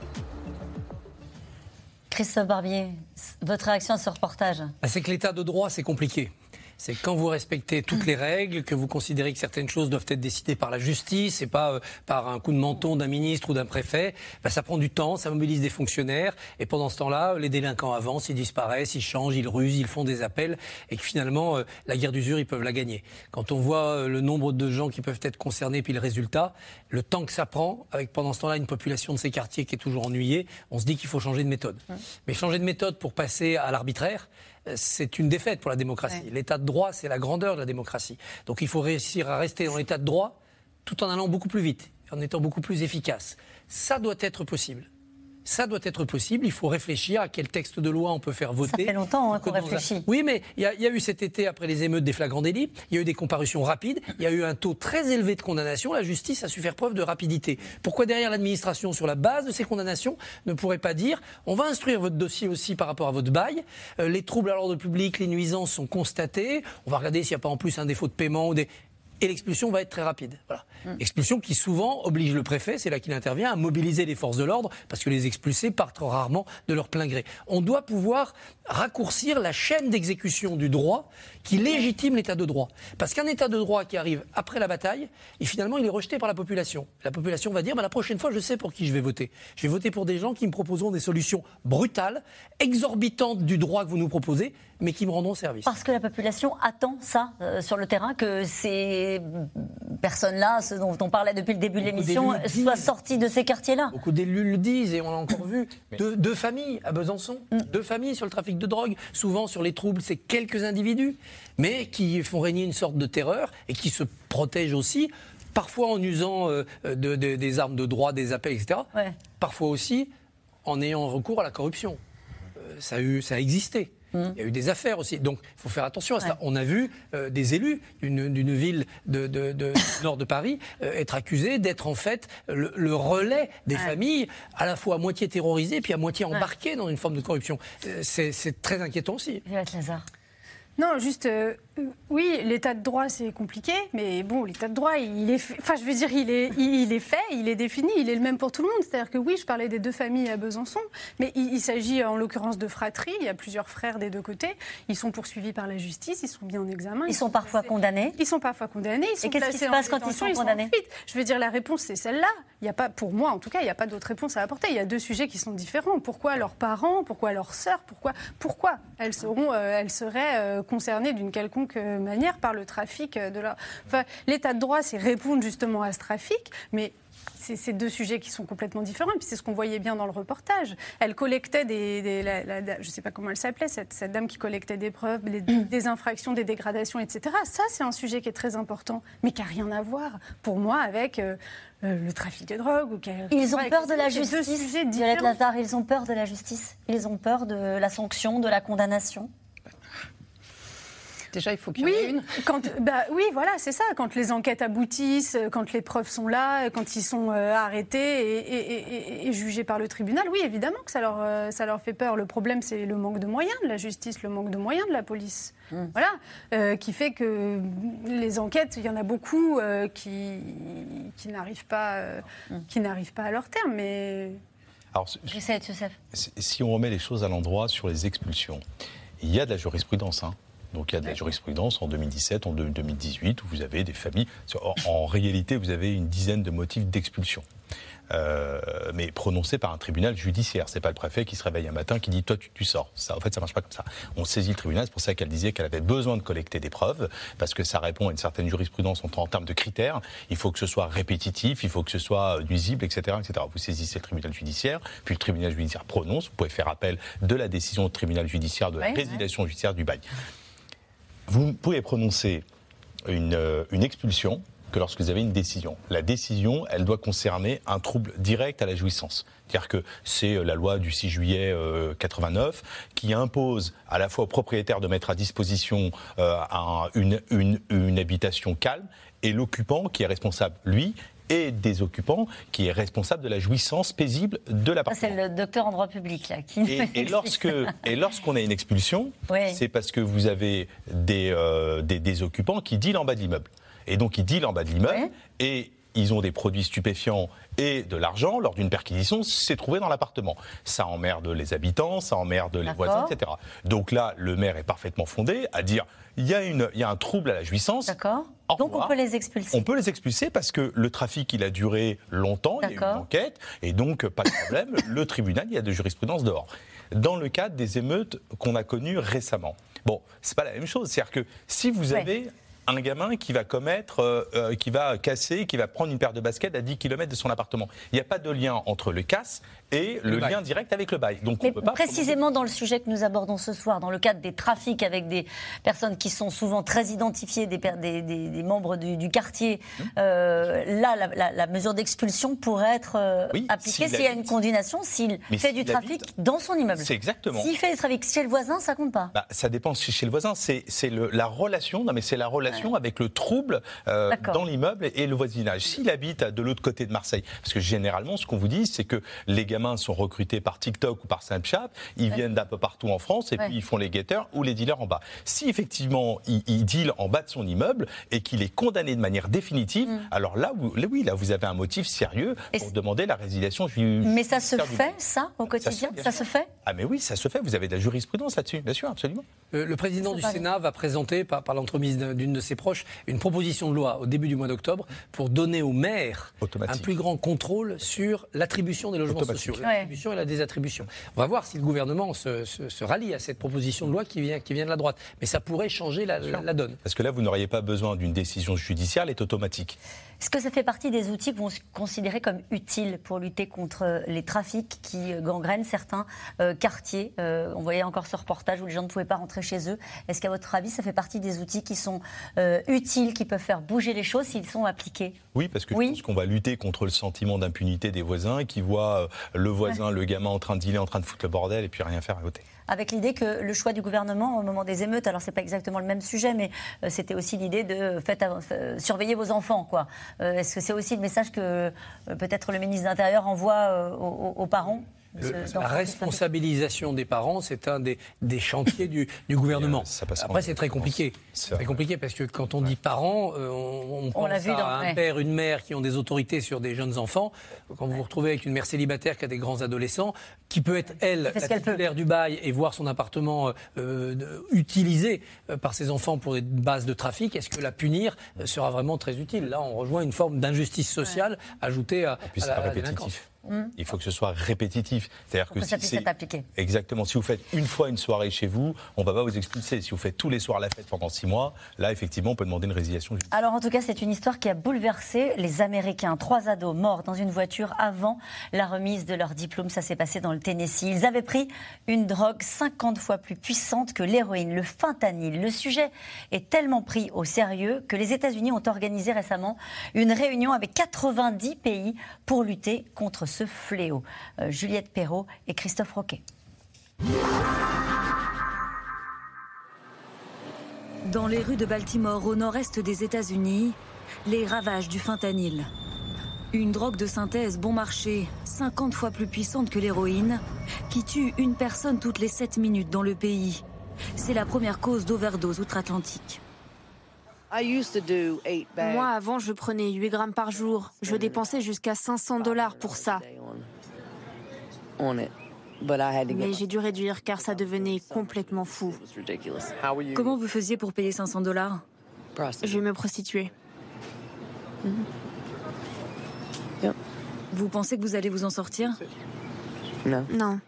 Christophe Barbier, votre réaction à ce reportage?
C'est que l'état de droit, c'est compliqué. C'est quand vous respectez toutes les règles, que vous considérez que certaines choses doivent être décidées par la justice et pas euh, par un coup de menton d'un ministre ou d'un préfet, ben ça prend du temps, ça mobilise des fonctionnaires. Et pendant ce temps-là, les délinquants avancent, ils disparaissent, ils changent, ils rusent, ils font des appels. Et que finalement, euh, la guerre d'usure, ils peuvent la gagner. Quand on voit euh, le nombre de gens qui peuvent être concernés, puis le résultat, le temps que ça prend, avec pendant ce temps-là une population de ces quartiers qui est toujours ennuyée, on se dit qu'il faut changer de méthode. Mmh. Mais changer de méthode pour passer à l'arbitraire, c'est une défaite pour la démocratie. Ouais. L'état de droit, c'est la grandeur de la démocratie. Donc il faut réussir à rester dans l'état de droit tout en allant beaucoup plus vite, en étant beaucoup plus efficace. Ça doit être possible. Ça doit être possible. Il faut réfléchir à quel texte de loi on peut faire voter.
Ça fait longtemps hein, qu'on réfléchit.
Un... Oui, mais il y, y a eu cet été, après les émeutes, des flagrants délits. Il y a eu des comparutions rapides. Il y a eu un taux très élevé de condamnation. La justice a su faire preuve de rapidité. Pourquoi derrière l'administration, sur la base de ces condamnations, ne pourrait pas dire on va instruire votre dossier aussi par rapport à votre bail. Euh, les troubles à l'ordre public, les nuisances sont constatés. On va regarder s'il n'y a pas en plus un défaut de paiement ou des... Et l'expulsion va être très rapide. Voilà. Mmh. Expulsion qui souvent oblige le préfet, c'est là qu'il intervient, à mobiliser les forces de l'ordre parce que les expulsés partent rarement de leur plein gré. On doit pouvoir raccourcir la chaîne d'exécution du droit qui légitime l'état de droit. Parce qu'un état de droit qui arrive après la bataille, et finalement il est rejeté par la population. La population va dire bah, la prochaine fois je sais pour qui je vais voter. Je vais voter pour des gens qui me proposeront des solutions brutales, exorbitantes du droit que vous nous proposez, mais qui me rendront service.
Parce que la population attend ça euh, sur le terrain, que ces personnes-là, ceux dont on parlait depuis le début de l'émission, soient sorties de ces quartiers-là.
Beaucoup d'élus le disent, et on l'a encore vu. Deux, deux familles à Besançon, mm. deux familles sur le trafic de drogue. Souvent sur les troubles, c'est quelques individus, mais qui font régner une sorte de terreur et qui se protègent aussi, parfois en usant euh, de, de, des armes de droit, des appels, et cetera. Ouais. Parfois aussi en ayant recours à la corruption. Euh, ça a eu, ça a existé. Mmh. Il y a eu des affaires aussi, donc il faut faire attention à ça. Ouais. On a vu euh, des élus d'une, d'une ville de, de, de nord de Paris euh, être accusés d'être en fait le, le relais des ouais. familles, à la fois à moitié terrorisées puis à moitié embarquées ouais. dans une forme de corruption. Euh, c'est, c'est très inquiétant aussi.
Violette Lazare.
Non, juste, euh, Oui, l'état de droit, c'est compliqué, mais bon, l'état de droit, il est, fait, enfin, je veux dire, il est, il est fait, il est défini, il est le même pour tout le monde. C'est-à-dire que oui, je parlais des deux familles à Besançon, mais il, il s'agit en l'occurrence de fratrie. Il y a plusieurs frères des deux côtés. Ils sont poursuivis par la justice, ils sont mis en examen.
Ils, ils sont parfois placés, condamnés.
Ils sont parfois condamnés. Ils sont
Et qu'est-ce qui se passe quand ils sont condamnés?
Ils sont je veux dire, la réponse, c'est celle-là. Il y a pas, pour moi, en tout cas, il n'y a pas d'autre réponse à apporter. Il y a deux sujets qui sont différents. Pourquoi leurs parents, pourquoi leurs sœurs, pourquoi, pourquoi elles seront, euh, elles seraient euh, concernées d'une quelconque euh, manière par le trafic de la... Enfin, l'état de droit, c'est répondre justement à ce trafic, mais c'est ces deux sujets qui sont complètement différents. Et puis c'est ce qu'on voyait bien dans le reportage. Elle collectait des... des la, la, la, je ne sais pas comment elle s'appelait, cette, cette dame qui collectait des preuves, des, des infractions, des dégradations, et cetera. Ça, c'est un sujet qui est très important, mais qui n'a rien à voir, pour moi, avec... Euh, Euh, le trafic de drogue. Ou
ils ont peur de la justice, Violette Lazare, ils ont peur de la justice. Ils ont peur de la sanction, de la condamnation.
Déjà, il faut qu'il y
oui,
en ait une.
Quand, bah, oui, voilà, c'est ça. Quand les enquêtes aboutissent, quand les preuves sont là, quand ils sont euh, arrêtés et, et, et, et jugés par le tribunal, oui, évidemment que ça leur, euh, ça leur fait peur. Le problème, c'est le manque de moyens de la justice, le manque de moyens de la police. Mmh. Voilà, euh, qui fait que les enquêtes, il y en a beaucoup euh, qui, qui n'arrivent pas, euh, mmh. qui n'arrivent pas à leur terme. Mais...
Alors,
J'essaie de Youssef.
Si on remet les choses à l'endroit sur les expulsions, il y a de la jurisprudence, hein. Donc il y a de la jurisprudence en deux mille dix-sept, en deux mille dix-huit, où vous avez des familles... En, en réalité, vous avez une dizaine de motifs d'expulsion. Euh, mais prononcés par un tribunal judiciaire. C'est pas le préfet qui se réveille un matin qui dit toi tu, tu sors. Ça, en fait, ça marche pas comme ça. On saisit le tribunal. C'est pour ça qu'elle disait qu'elle avait besoin de collecter des preuves parce que ça répond à une certaine jurisprudence en, en termes de critères. Il faut que ce soit répétitif, il faut que ce soit nuisible, et cetera, et cetera. Vous saisissez le tribunal judiciaire, puis le tribunal judiciaire prononce. Vous pouvez faire appel de la décision du tribunal judiciaire de la ouais, résiliation ouais. judiciaire du bail. Vous pouvez prononcer une, euh, une expulsion que lorsque vous avez une décision. La décision, elle doit concerner un trouble direct à la jouissance. C'est-à-dire que c'est la loi du six juillet euh, quatre-vingt-neuf qui impose à la fois aux propriétaires de mettre à disposition euh, un, une, une, une habitation calme et l'occupant qui est responsable, lui, et des occupants, qui est responsable de la jouissance paisible de l'appartement.
C'est le docteur en droit public, là. Qui
et, et, lorsque, et lorsqu'on a une expulsion, oui. c'est parce que vous avez des, euh, des, des occupants qui dealent en bas de l'immeuble. Et donc, ils dealent en bas de l'immeuble, oui. et ils ont des produits stupéfiants et de l'argent. Lors d'une perquisition, c'est trouvé dans l'appartement. Ça emmerde les habitants, ça emmerde les D'accord. voisins, et cetera. Donc là, le maire est parfaiement fondé à dire il y a, une, il y a un trouble à la jouissance.
D'accord. Donc on peut les expulser.
On peut les expulser parce que le trafic, il a duré longtemps, il y a eu une enquête, et donc pas de problème, le tribunal, il y a de jurisprudence dehors. Dans le cadre des émeutes qu'on a connues récemment, bon, c'est pas la même chose. C'est-à-dire que si vous ouais. avez un gamin qui va commettre, euh, qui va casser, qui va prendre une paire de baskets à dix kilomètres de son appartement, il n'y a pas de lien entre le casse et le, le lien direct avec le bail. Donc
Mais
on peut pas
précisément dans le sujet que nous abordons ce soir, dans le cadre des trafics avec des personnes qui sont souvent très identifiées, des, des, des, des membres du, du quartier, mmh. euh, là, la, la, la mesure d'expulsion pourrait être euh, oui, appliquée s'il y a une condamnation, s'il Mais fait du trafic habite, dans son immeuble.
C'est exactement.
S'il fait du trafic chez le voisin, ça compte pas.
Bah, ça dépend chez le voisin. C'est, c'est le, la relation. Non, mais c'est la relation ouais. avec le trouble euh, dans l'immeuble et le voisinage. S'il habite de l'autre côté de Marseille, parce que généralement, ce qu'on vous dit, c'est que les gamins sont recrutés par TikTok ou par Snapchat, ils ouais. viennent d'un peu partout en France et ouais. puis ils font les guetteurs ou les dealers en bas. Si effectivement il, il deal en bas de son immeuble et qu'il est condamné de manière définitive, mm. alors là, vous, là, oui, là, vous avez un motif sérieux et pour demander la résiliation.
Mais ça se fait, ça, au quotidien Ça, ça se fait
Ah mais oui, ça se fait. Vous avez de la jurisprudence là-dessus, bien sûr, absolument.
Euh, le président du Sénat va présenter, par, par l'entremise d'une de ses proches, une proposition de loi au début du mois d'octobre pour donner aux maires Automatique. un plus grand contrôle sur l'attribution des logements Automatique. sociaux, l'attribution ouais. et la désattribution. On va voir si le gouvernement se, se, se rallie à cette proposition de loi qui vient, qui vient de la droite. Mais ça pourrait changer la, la, la donne.
Parce que là, vous n'auriez pas besoin d'une décision judiciaire, elle est automatique.
Est-ce que ça fait partie des outils que vous considérez comme utiles pour lutter contre les trafics qui gangrènent certains euh, quartiers euh, On voyait encore ce reportage où les gens ne pouvaient pas rentrer chez eux. Est-ce qu'à votre avis, ça fait partie des outils qui sont euh, utiles, qui peuvent faire bouger les choses s'ils sont appliqués?
Oui, parce que oui. je pense qu'on va lutter contre le sentiment d'impunité des voisins qui voient euh, le voisin, ouais. le gamin en train de dealer, en train de foutre le bordel et puis rien faire à côté.
Avec l'idée que le choix du gouvernement au moment des émeutes, alors c'est pas exactement le même sujet, mais euh, c'était aussi l'idée de faites, euh, surveiller vos enfants, quoi. Euh, est-ce que c'est aussi le message que euh, peut-être le ministre de l'Intérieur envoie euh, aux, aux parents?
Le, la responsabilisation des parents, c'est un des, des chantiers du, du gouvernement. Après, c'est très compliqué. C'est très compliqué parce que quand on dit parents, euh, on, on pense
on
à un
ouais.
père, une mère qui ont des autorités sur des jeunes enfants. Quand vous vous retrouvez avec une mère célibataire qui a des grands adolescents, qui peut être, elle, la titulaire du bail et voir son appartement euh, utilisé par ses enfants pour des bases de trafic, est-ce que la punir sera vraiment très utile? Là, on rejoint une forme d'injustice sociale ouais. ajoutée à, à la, la délinquance.
Il faut que ce soit répétitif. C'est-à-dire que,
que ça puisse être appliqué.
Exactement. Si vous faites une fois une soirée chez vous, on ne va pas vous expulser. Si vous faites tous les soirs la fête pendant six mois, là, effectivement, on peut demander une résiliation.
Alors, en tout cas, c'est une histoire qui a bouleversé les Américains. Trois ados morts dans une voiture avant la remise de leur diplôme. Ça s'est passé dans le Tennessee. Ils avaient pris une drogue cinquante fois plus puissante que l'héroïne, le fentanyl. Le sujet est tellement pris au sérieux que les États-Unis ont organisé récemment une réunion avec quatre-vingt-dix pays pour lutter contre ce fléau. Euh, Juliette Perrault et Christophe Roquet.
Dans les rues de Baltimore, au nord-est des États-Unis, les ravages du fentanyl. Une drogue de synthèse bon marché, cinquante fois plus puissante que l'héroïne, qui tue une personne toutes les sept minutes dans le pays. C'est la première cause d'overdose outre-Atlantique.
Moi, avant, je prenais huit grammes par jour. Je dépensais jusqu'à cinq cents dollars pour ça. Mais j'ai dû réduire car ça devenait complètement fou.
Comment vous faisiez pour payer cinq cents dollars?
Je me prostituais.
Vous pensez que vous allez vous en sortir?
Non. Non.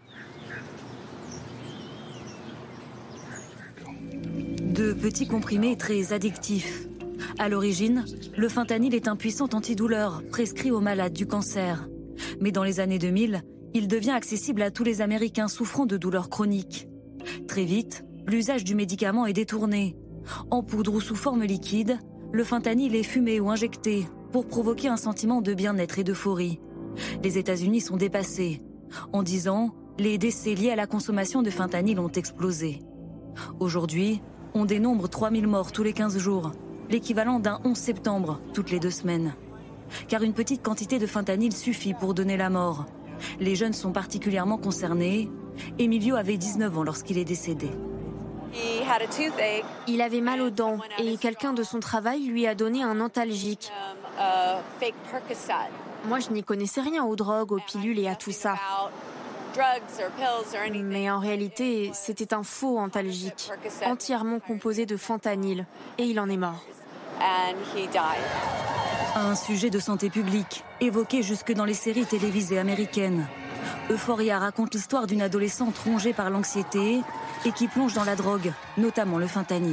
De petits comprimés très addictifs. À l'origine, le fentanyl est un puissant antidouleur prescrit aux malades du cancer. Mais dans les années deux mille, il devient accessible à tous les Américains souffrant de douleurs chroniques. Très vite, l'usage du médicament est détourné. En poudre ou sous forme liquide, le fentanyl est fumé ou injecté pour provoquer un sentiment de bien-être et d'euphorie. Les États-Unis sont dépassés. En dix ans, les décès liés à la consommation de fentanyl ont explosé. Aujourd'hui, on dénombre trois mille morts tous les quinze jours, l'équivalent d'un onze septembre toutes les deux semaines. Car une petite quantité de fentanyl suffit pour donner la mort. Les jeunes sont particulièrement concernés. Emilio avait dix-neuf ans lorsqu'il est décédé.
Il avait mal aux dents et quelqu'un de son travail lui a donné un antalgique. Moi, je n'y connaissais rien aux drogues, aux pilules et à tout ça. Mais en réalité, c'était un faux antalgique, entièrement composé de fentanyl, et il en est mort.
Un sujet de santé publique, évoqué jusque dans les séries télévisées américaines. Euphoria raconte l'histoire d'une adolescente rongée par l'anxiété et qui plonge dans la drogue, notamment le fentanyl.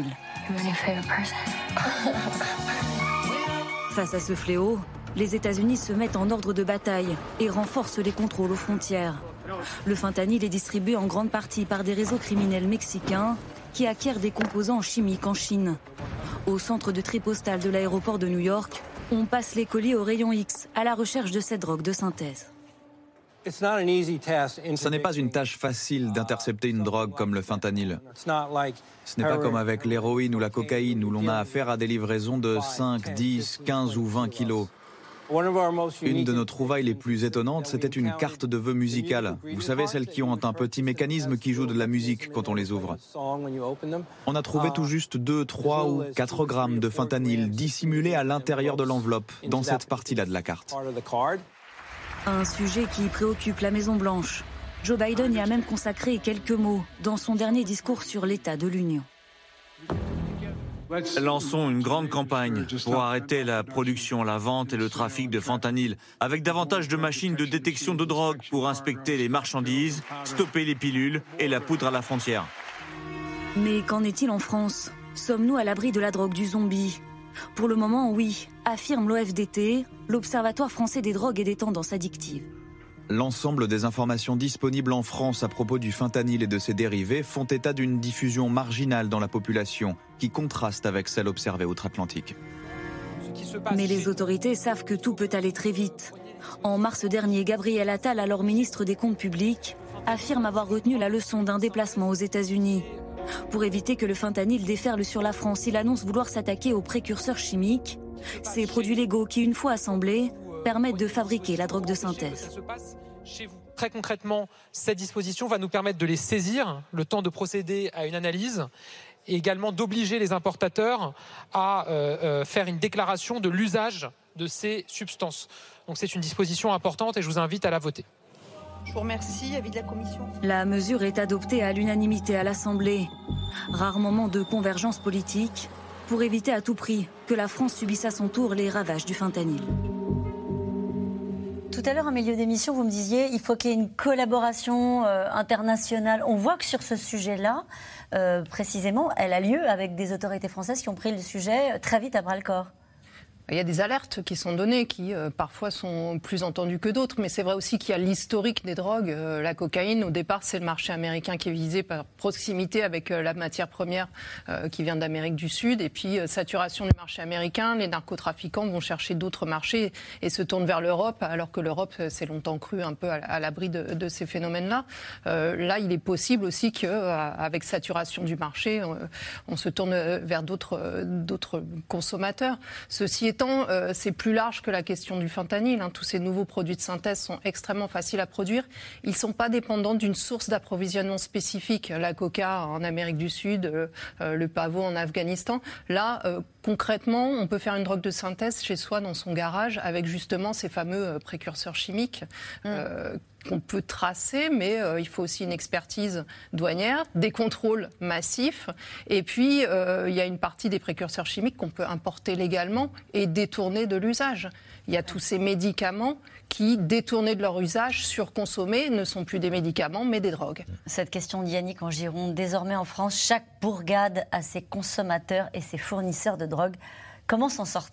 Face à ce fléau, les États-Unis se mettent en ordre de bataille et renforcent les contrôles aux frontières. Le fentanyl est distribué en grande partie par des réseaux criminels mexicains qui acquièrent des composants chimiques en Chine. Au centre de tri postal de l'aéroport de New York, on passe les colis au rayon X à la recherche de cette drogue de synthèse.
Ce n'est pas une tâche facile d'intercepter une drogue comme le fentanyl. Ce n'est pas comme avec l'héroïne ou la cocaïne où l'on a affaire à des livraisons de cinq, dix, quinze ou vingt kilos. Une de nos trouvailles les plus étonnantes, c'était une carte de vœux musicale. Vous savez, celles qui ont un petit mécanisme qui joue de la musique quand on les ouvre. On a trouvé tout juste deux, trois ou quatre grammes de fentanyl dissimulés à l'intérieur de l'enveloppe, dans cette partie-là de la carte.
Un sujet qui préoccupe la Maison-Blanche. Joe Biden y a même consacré quelques mots dans son dernier discours sur l'état de l'Union.
Lançons une grande campagne pour arrêter la production, la vente et le trafic de fentanyl, avec davantage de machines de détection de drogue pour inspecter les marchandises, stopper les pilules et la poudre à la frontière.
Mais qu'en est-il en France? Sommes-nous à l'abri de la drogue du zombie? Pour le moment, oui, affirme l'O F D T, l'Observatoire français des drogues et des tendances addictives.
L'ensemble des informations disponibles en France à propos du fentanyl et de ses dérivés font état d'une diffusion marginale dans la population, qui contraste avec celle observée outre-Atlantique.
Mais les autorités savent que tout peut aller très vite. En mars dernier, Gabriel Attal, alors ministre des Comptes publics, affirme avoir retenu la leçon d'un déplacement aux États-Unis. Pour éviter que le fentanyl déferle sur la France, il annonce vouloir s'attaquer aux précurseurs chimiques, ces produits légaux qui, une fois assemblés, permettent de fabriquer la drogue de synthèse.
Très concrètement, cette disposition va nous permettre de les saisir, le temps de procéder à une analyse, et également d'obliger les importateurs à euh, euh, faire une déclaration de l'usage de ces substances. Donc c'est une disposition importante et je vous invite à la voter.
Je vous remercie. Avis de la Commission.
La mesure est adoptée à l'unanimité à l'Assemblée. Rare moment de convergence politique pour éviter à tout prix que la France subisse à son tour les ravages du fentanyl.
Tout à l'heure, en milieu d'émission, vous me disiez il faut qu'il y ait une collaboration euh, internationale. On voit que sur ce sujet-là, euh, précisément, elle a lieu avec des autorités françaises qui ont pris le sujet très vite à bras-le-corps.
Il y a des alertes qui sont données, qui euh, parfois sont plus entendues que d'autres, mais c'est vrai aussi qu'il y a l'historique des drogues. Euh, la cocaïne, au départ, c'est le marché américain qui est visé par proximité avec euh, la matière première euh, qui vient d'Amérique du Sud. Et puis, euh, saturation du marché américain, les narcotrafiquants vont chercher d'autres marchés et se tournent vers l'Europe, alors que l'Europe s'est longtemps crue un peu à, à l'abri de, de ces phénomènes-là. Euh, là, il est possible aussi qu'avec saturation du marché, on, on se tourne vers d'autres, d'autres consommateurs. Ceci étant, Euh, c'est plus large que la question du fentanyl. Hein. Tous ces nouveaux produits de synthèse sont extrêmement faciles à produire. Ils ne sont pas dépendants d'une source d'approvisionnement spécifique. La coca en Amérique du Sud, euh, euh, le pavot en Afghanistan. Là, euh, concrètement, on peut faire une drogue de synthèse chez soi, dans son garage, avec justement ces fameux euh, précurseurs chimiques euh, mmh. qu'on peut tracer, mais euh, il faut aussi une expertise douanière, des contrôles massifs, et puis euh, il y a une partie des précurseurs chimiques qu'on peut importer légalement et détourner de l'usage. Il y a tous ces médicaments qui, détournés de leur usage, surconsommés, ne sont plus des médicaments, mais des drogues.
Cette question d'Yannick en Gironde. Désormais en France, chaque bourgade a ses consommateurs et ses fournisseurs de drogue. Comment s'en sortir ?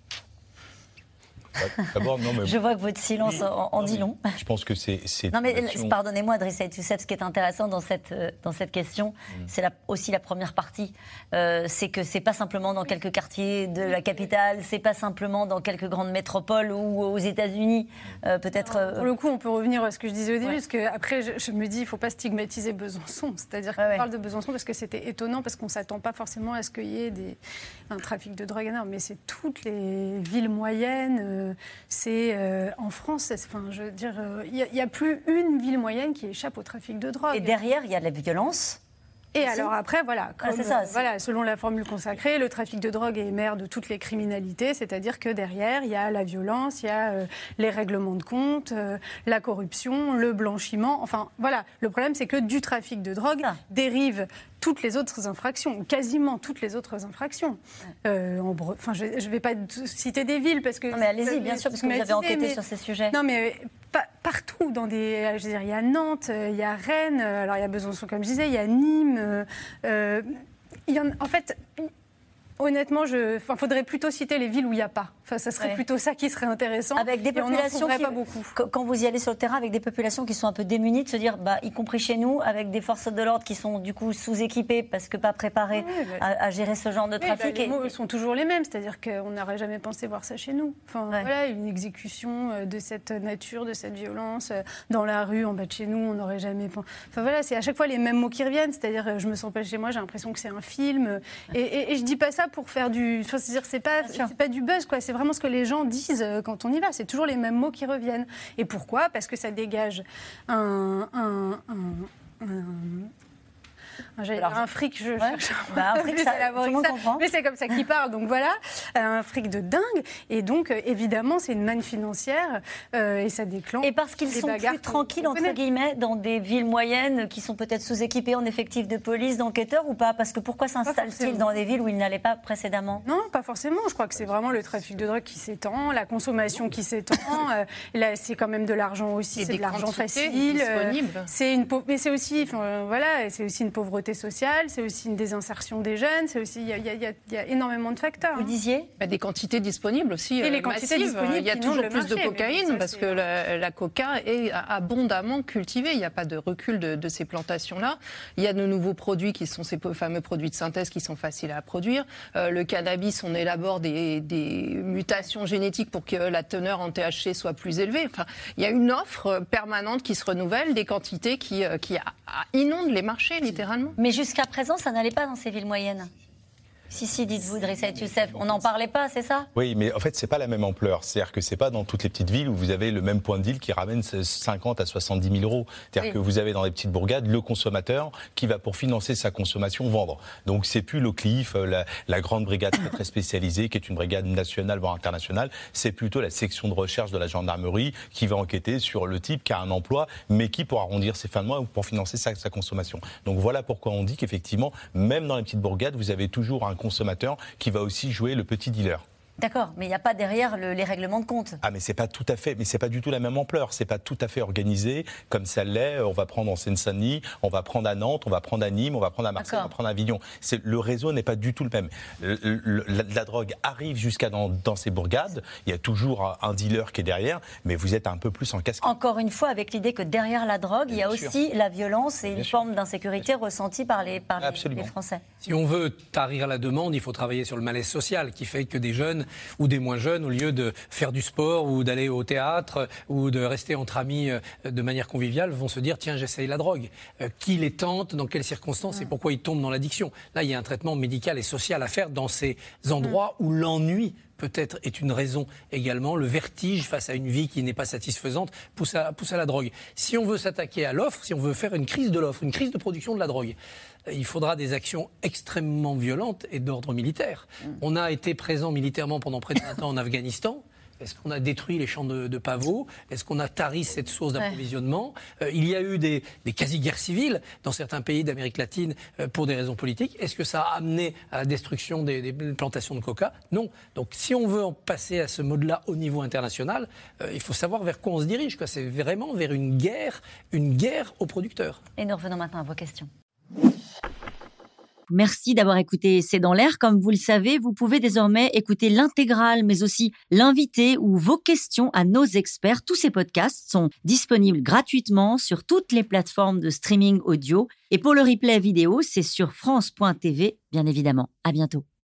D'abord, non, mais...
Je vois que votre silence oui. en, en
non,
dit long.
Je pense que c'est... c'est
non mais
action...
pardonnez-moi, Drissa Youssef, ce qui est intéressant dans cette, dans cette question, mm. c'est la, aussi la première partie. Euh, c'est que c'est pas simplement dans quelques quartiers de la capitale, c'est pas simplement dans quelques grandes métropoles ou aux États-Unis. Euh, peut-être...
Euh... Pour le coup, on peut revenir à ce que je disais au début, ouais. parce qu'après, je, je me dis, il ne faut pas stigmatiser Besançon. C'est-à-dire qu'on ouais, parle ouais. de Besançon parce que c'était étonnant, parce qu'on ne s'attend pas forcément à ce qu'il y ait des, un trafic de drogue énorme. Mais c'est toutes les villes moyennes, euh, c'est Euh, en France, enfin, je veux dire, il euh, n'y a, a plus une ville moyenne qui échappe au trafic de drogue.
Et derrière, il y a la violence.
Et aussi. Alors après, voilà, comme, ah, c'est ça, c'est... voilà, selon la formule consacrée, le trafic de drogue est mère de toutes les criminalités, c'est-à-dire que derrière, il y a la violence, il y a euh, les règlements de compte, euh, la corruption, le blanchiment. Enfin, voilà, le problème, c'est que du trafic de drogue ah. dérivent toutes les autres infractions, quasiment toutes les autres infractions. Euh, en bre... Enfin, je ne vais pas citer des villes parce que...
Non, mais allez-y, bien sûr, parce que vous avez enquêté mais... sur ces sujets.
Non, mais pa- partout, dans des... Je veux dire, il y a Nantes, il y a Rennes, alors il y a Besançon, comme je disais, il y a Nîmes. Euh, euh, il y en... En fait... Honnêtement, il enfin, faudrait plutôt citer les villes où il n'y a pas. Enfin, ça serait ouais. plutôt ça qui serait intéressant.
Avec des populations qui,
pas beaucoup.
Quand vous y allez sur le terrain, avec des populations qui sont un peu démunies, de se dire, bah, y compris chez nous, avec des forces de l'ordre qui sont du coup sous-équipées parce que pas préparées ouais, bah... à, à gérer ce genre de trafic.
Ouais, bah, les mots et... sont toujours les mêmes, c'est-à-dire qu'on n'aurait jamais pensé voir ça chez nous. Enfin, ouais. voilà, une exécution de cette nature, de cette violence dans la rue, en bas de chez nous, on n'aurait jamais pensé. Enfin voilà, c'est à chaque fois les mêmes mots qui reviennent, c'est-à-dire, je me sens pas chez moi, j'ai l'impression que c'est un film. Et, et, et je dis pas ça pour faire du. Enfin, c'est-à-dire, c'est pas, c'est pas du buzz, quoi. C'est vraiment ce que les gens disent quand on y va. C'est toujours les mêmes mots qui reviennent. Et pourquoi ? Parce que ça dégage un. un, un, un J'allais dire un fric, je
ouais. cherche bah, un fric, ça, tout le monde comprend.
Mais c'est comme ça qu'il parle, donc voilà, un fric de dingue. Et donc, évidemment, c'est une manne financière euh, et ça déclenche.
Et parce qu'ils sont plus tranquilles, entre guillemets, dans des villes moyennes qui sont peut-être sous-équipées en effectifs de police, d'enquêteurs ou pas ? Parce que pourquoi s'installe-t-il dans des villes où ils n'allaient pas précédemment ?
Non, pas forcément. Je crois que c'est vraiment le trafic de drogue qui s'étend, la consommation qui s'étend. euh, là, c'est quand même de l'argent aussi, et c'est de l'argent facile.
Disponible.
Euh, c'est une pauvre... Mais c'est aussi, euh, voilà, c'est aussi une pauvreté sociale, c'est aussi une désinsertion des jeunes, c'est aussi il y, y, y, y a énormément de facteurs.
Vous disiez
bah, des quantités disponibles aussi.
Et
euh,
les quantités
massives.
disponibles.
Il y a toujours plus
marché,
de cocaïne
ça,
parce que la, la coca est abondamment cultivée. Il n'y a pas de recul de, de ces plantations-là. Il y a de nouveaux produits qui sont ces fameux produits de synthèse qui sont faciles à produire. Euh, le cannabis, on élabore des, des mutations génétiques pour que la teneur en T H C soit plus élevée. Enfin, il y a une offre permanente qui se renouvelle, des quantités qui, qui inondent les marchés littéralement.
Mais jusqu'à présent, ça n'allait pas dans ces villes moyennes. Si, si, dites-vous, Drissa Youssef, on n'en parlait pas, c'est ça?
Oui, mais en fait, c'est pas la même ampleur. C'est-à-dire que c'est pas dans toutes les petites villes où vous avez le même point de deal qui ramène cinquante à soixante-dix mille euros. C'est-à-dire oui. que vous avez dans les petites bourgades le consommateur qui va, pour financer sa consommation, vendre. Donc, c'est plus l'O C L I F, la, la grande brigade très, très spécialisée, qui est une brigade nationale, voire internationale. C'est plutôt la section de recherche de la gendarmerie qui va enquêter sur le type qui a un emploi, mais qui, pour arrondir ses fins de mois ou pour financer sa, sa consommation. Donc, voilà pourquoi on dit qu'effectivement, même dans les petites bourgades, vous avez toujours un consommateur qui va aussi jouer le petit dealer.
D'accord, mais il n'y a pas derrière le, les règlements de compte.
Ah, mais c'est pas tout à fait, mais c'est pas du tout la même ampleur. C'est pas tout à fait organisé comme ça l'est. On va prendre en Seine-Saint-Denis, on va prendre à Nantes, on va prendre à Nîmes, on va prendre à Marseille, on va prendre à Avignon. C'est, le réseau n'est pas du tout le même. Le, le, la, la drogue arrive jusqu'à dans, dans ces bourgades. Il y a toujours un dealer qui est derrière, mais vous êtes un peu plus en cascade.
Encore une fois, avec l'idée que derrière la drogue, il y a
Bien
aussi
sûr.
la violence et
Bien
une
sûr.
forme d'insécurité ressentie par les, par les, les Français.
Si on veut tarir la demande, il faut travailler sur le malaise social qui fait que des jeunes ou des moins jeunes, au lieu de faire du sport ou d'aller au théâtre ou de rester entre amis de manière conviviale, vont se dire tiens, j'essaye la drogue. Euh, qui les tente, dans quelles circonstances et pourquoi ils tombent dans l'addiction. Là, il y a un traitement médical et social à faire dans ces endroits où l'ennui peut-être est une raison également. Le vertige face à une vie qui n'est pas satisfaisante pousse à, pousse à la drogue. Si on veut s'attaquer à l'offre, si on veut faire une crise de l'offre, une crise de production de la drogue, il faudra des actions extrêmement violentes et d'ordre militaire. On a été présent militairement pendant près de vingt ans en Afghanistan. Est-ce qu'on a détruit les champs de, de pavots? Est-ce qu'on a tari cette source d'approvisionnement? ouais. euh, Il y a eu des, des quasi-guerres civiles dans certains pays d'Amérique latine euh, pour des raisons politiques. Est-ce que ça a amené à la destruction des, des plantations de coca? Non. Donc si on veut en passer à ce mode-là au niveau international, euh, il faut savoir vers quoi on se dirige, quoi. C'est vraiment vers une guerre, une guerre aux producteurs.
Et nous revenons maintenant à vos questions.
Merci d'avoir écouté C'est dans l'air. Comme vous le savez, vous pouvez désormais écouter l'intégrale, mais aussi l'invité ou vos questions à nos experts. Tous ces podcasts sont disponibles gratuitement sur toutes les plateformes de streaming audio. Et pour le replay vidéo, c'est sur France point T V, bien évidemment. À bientôt.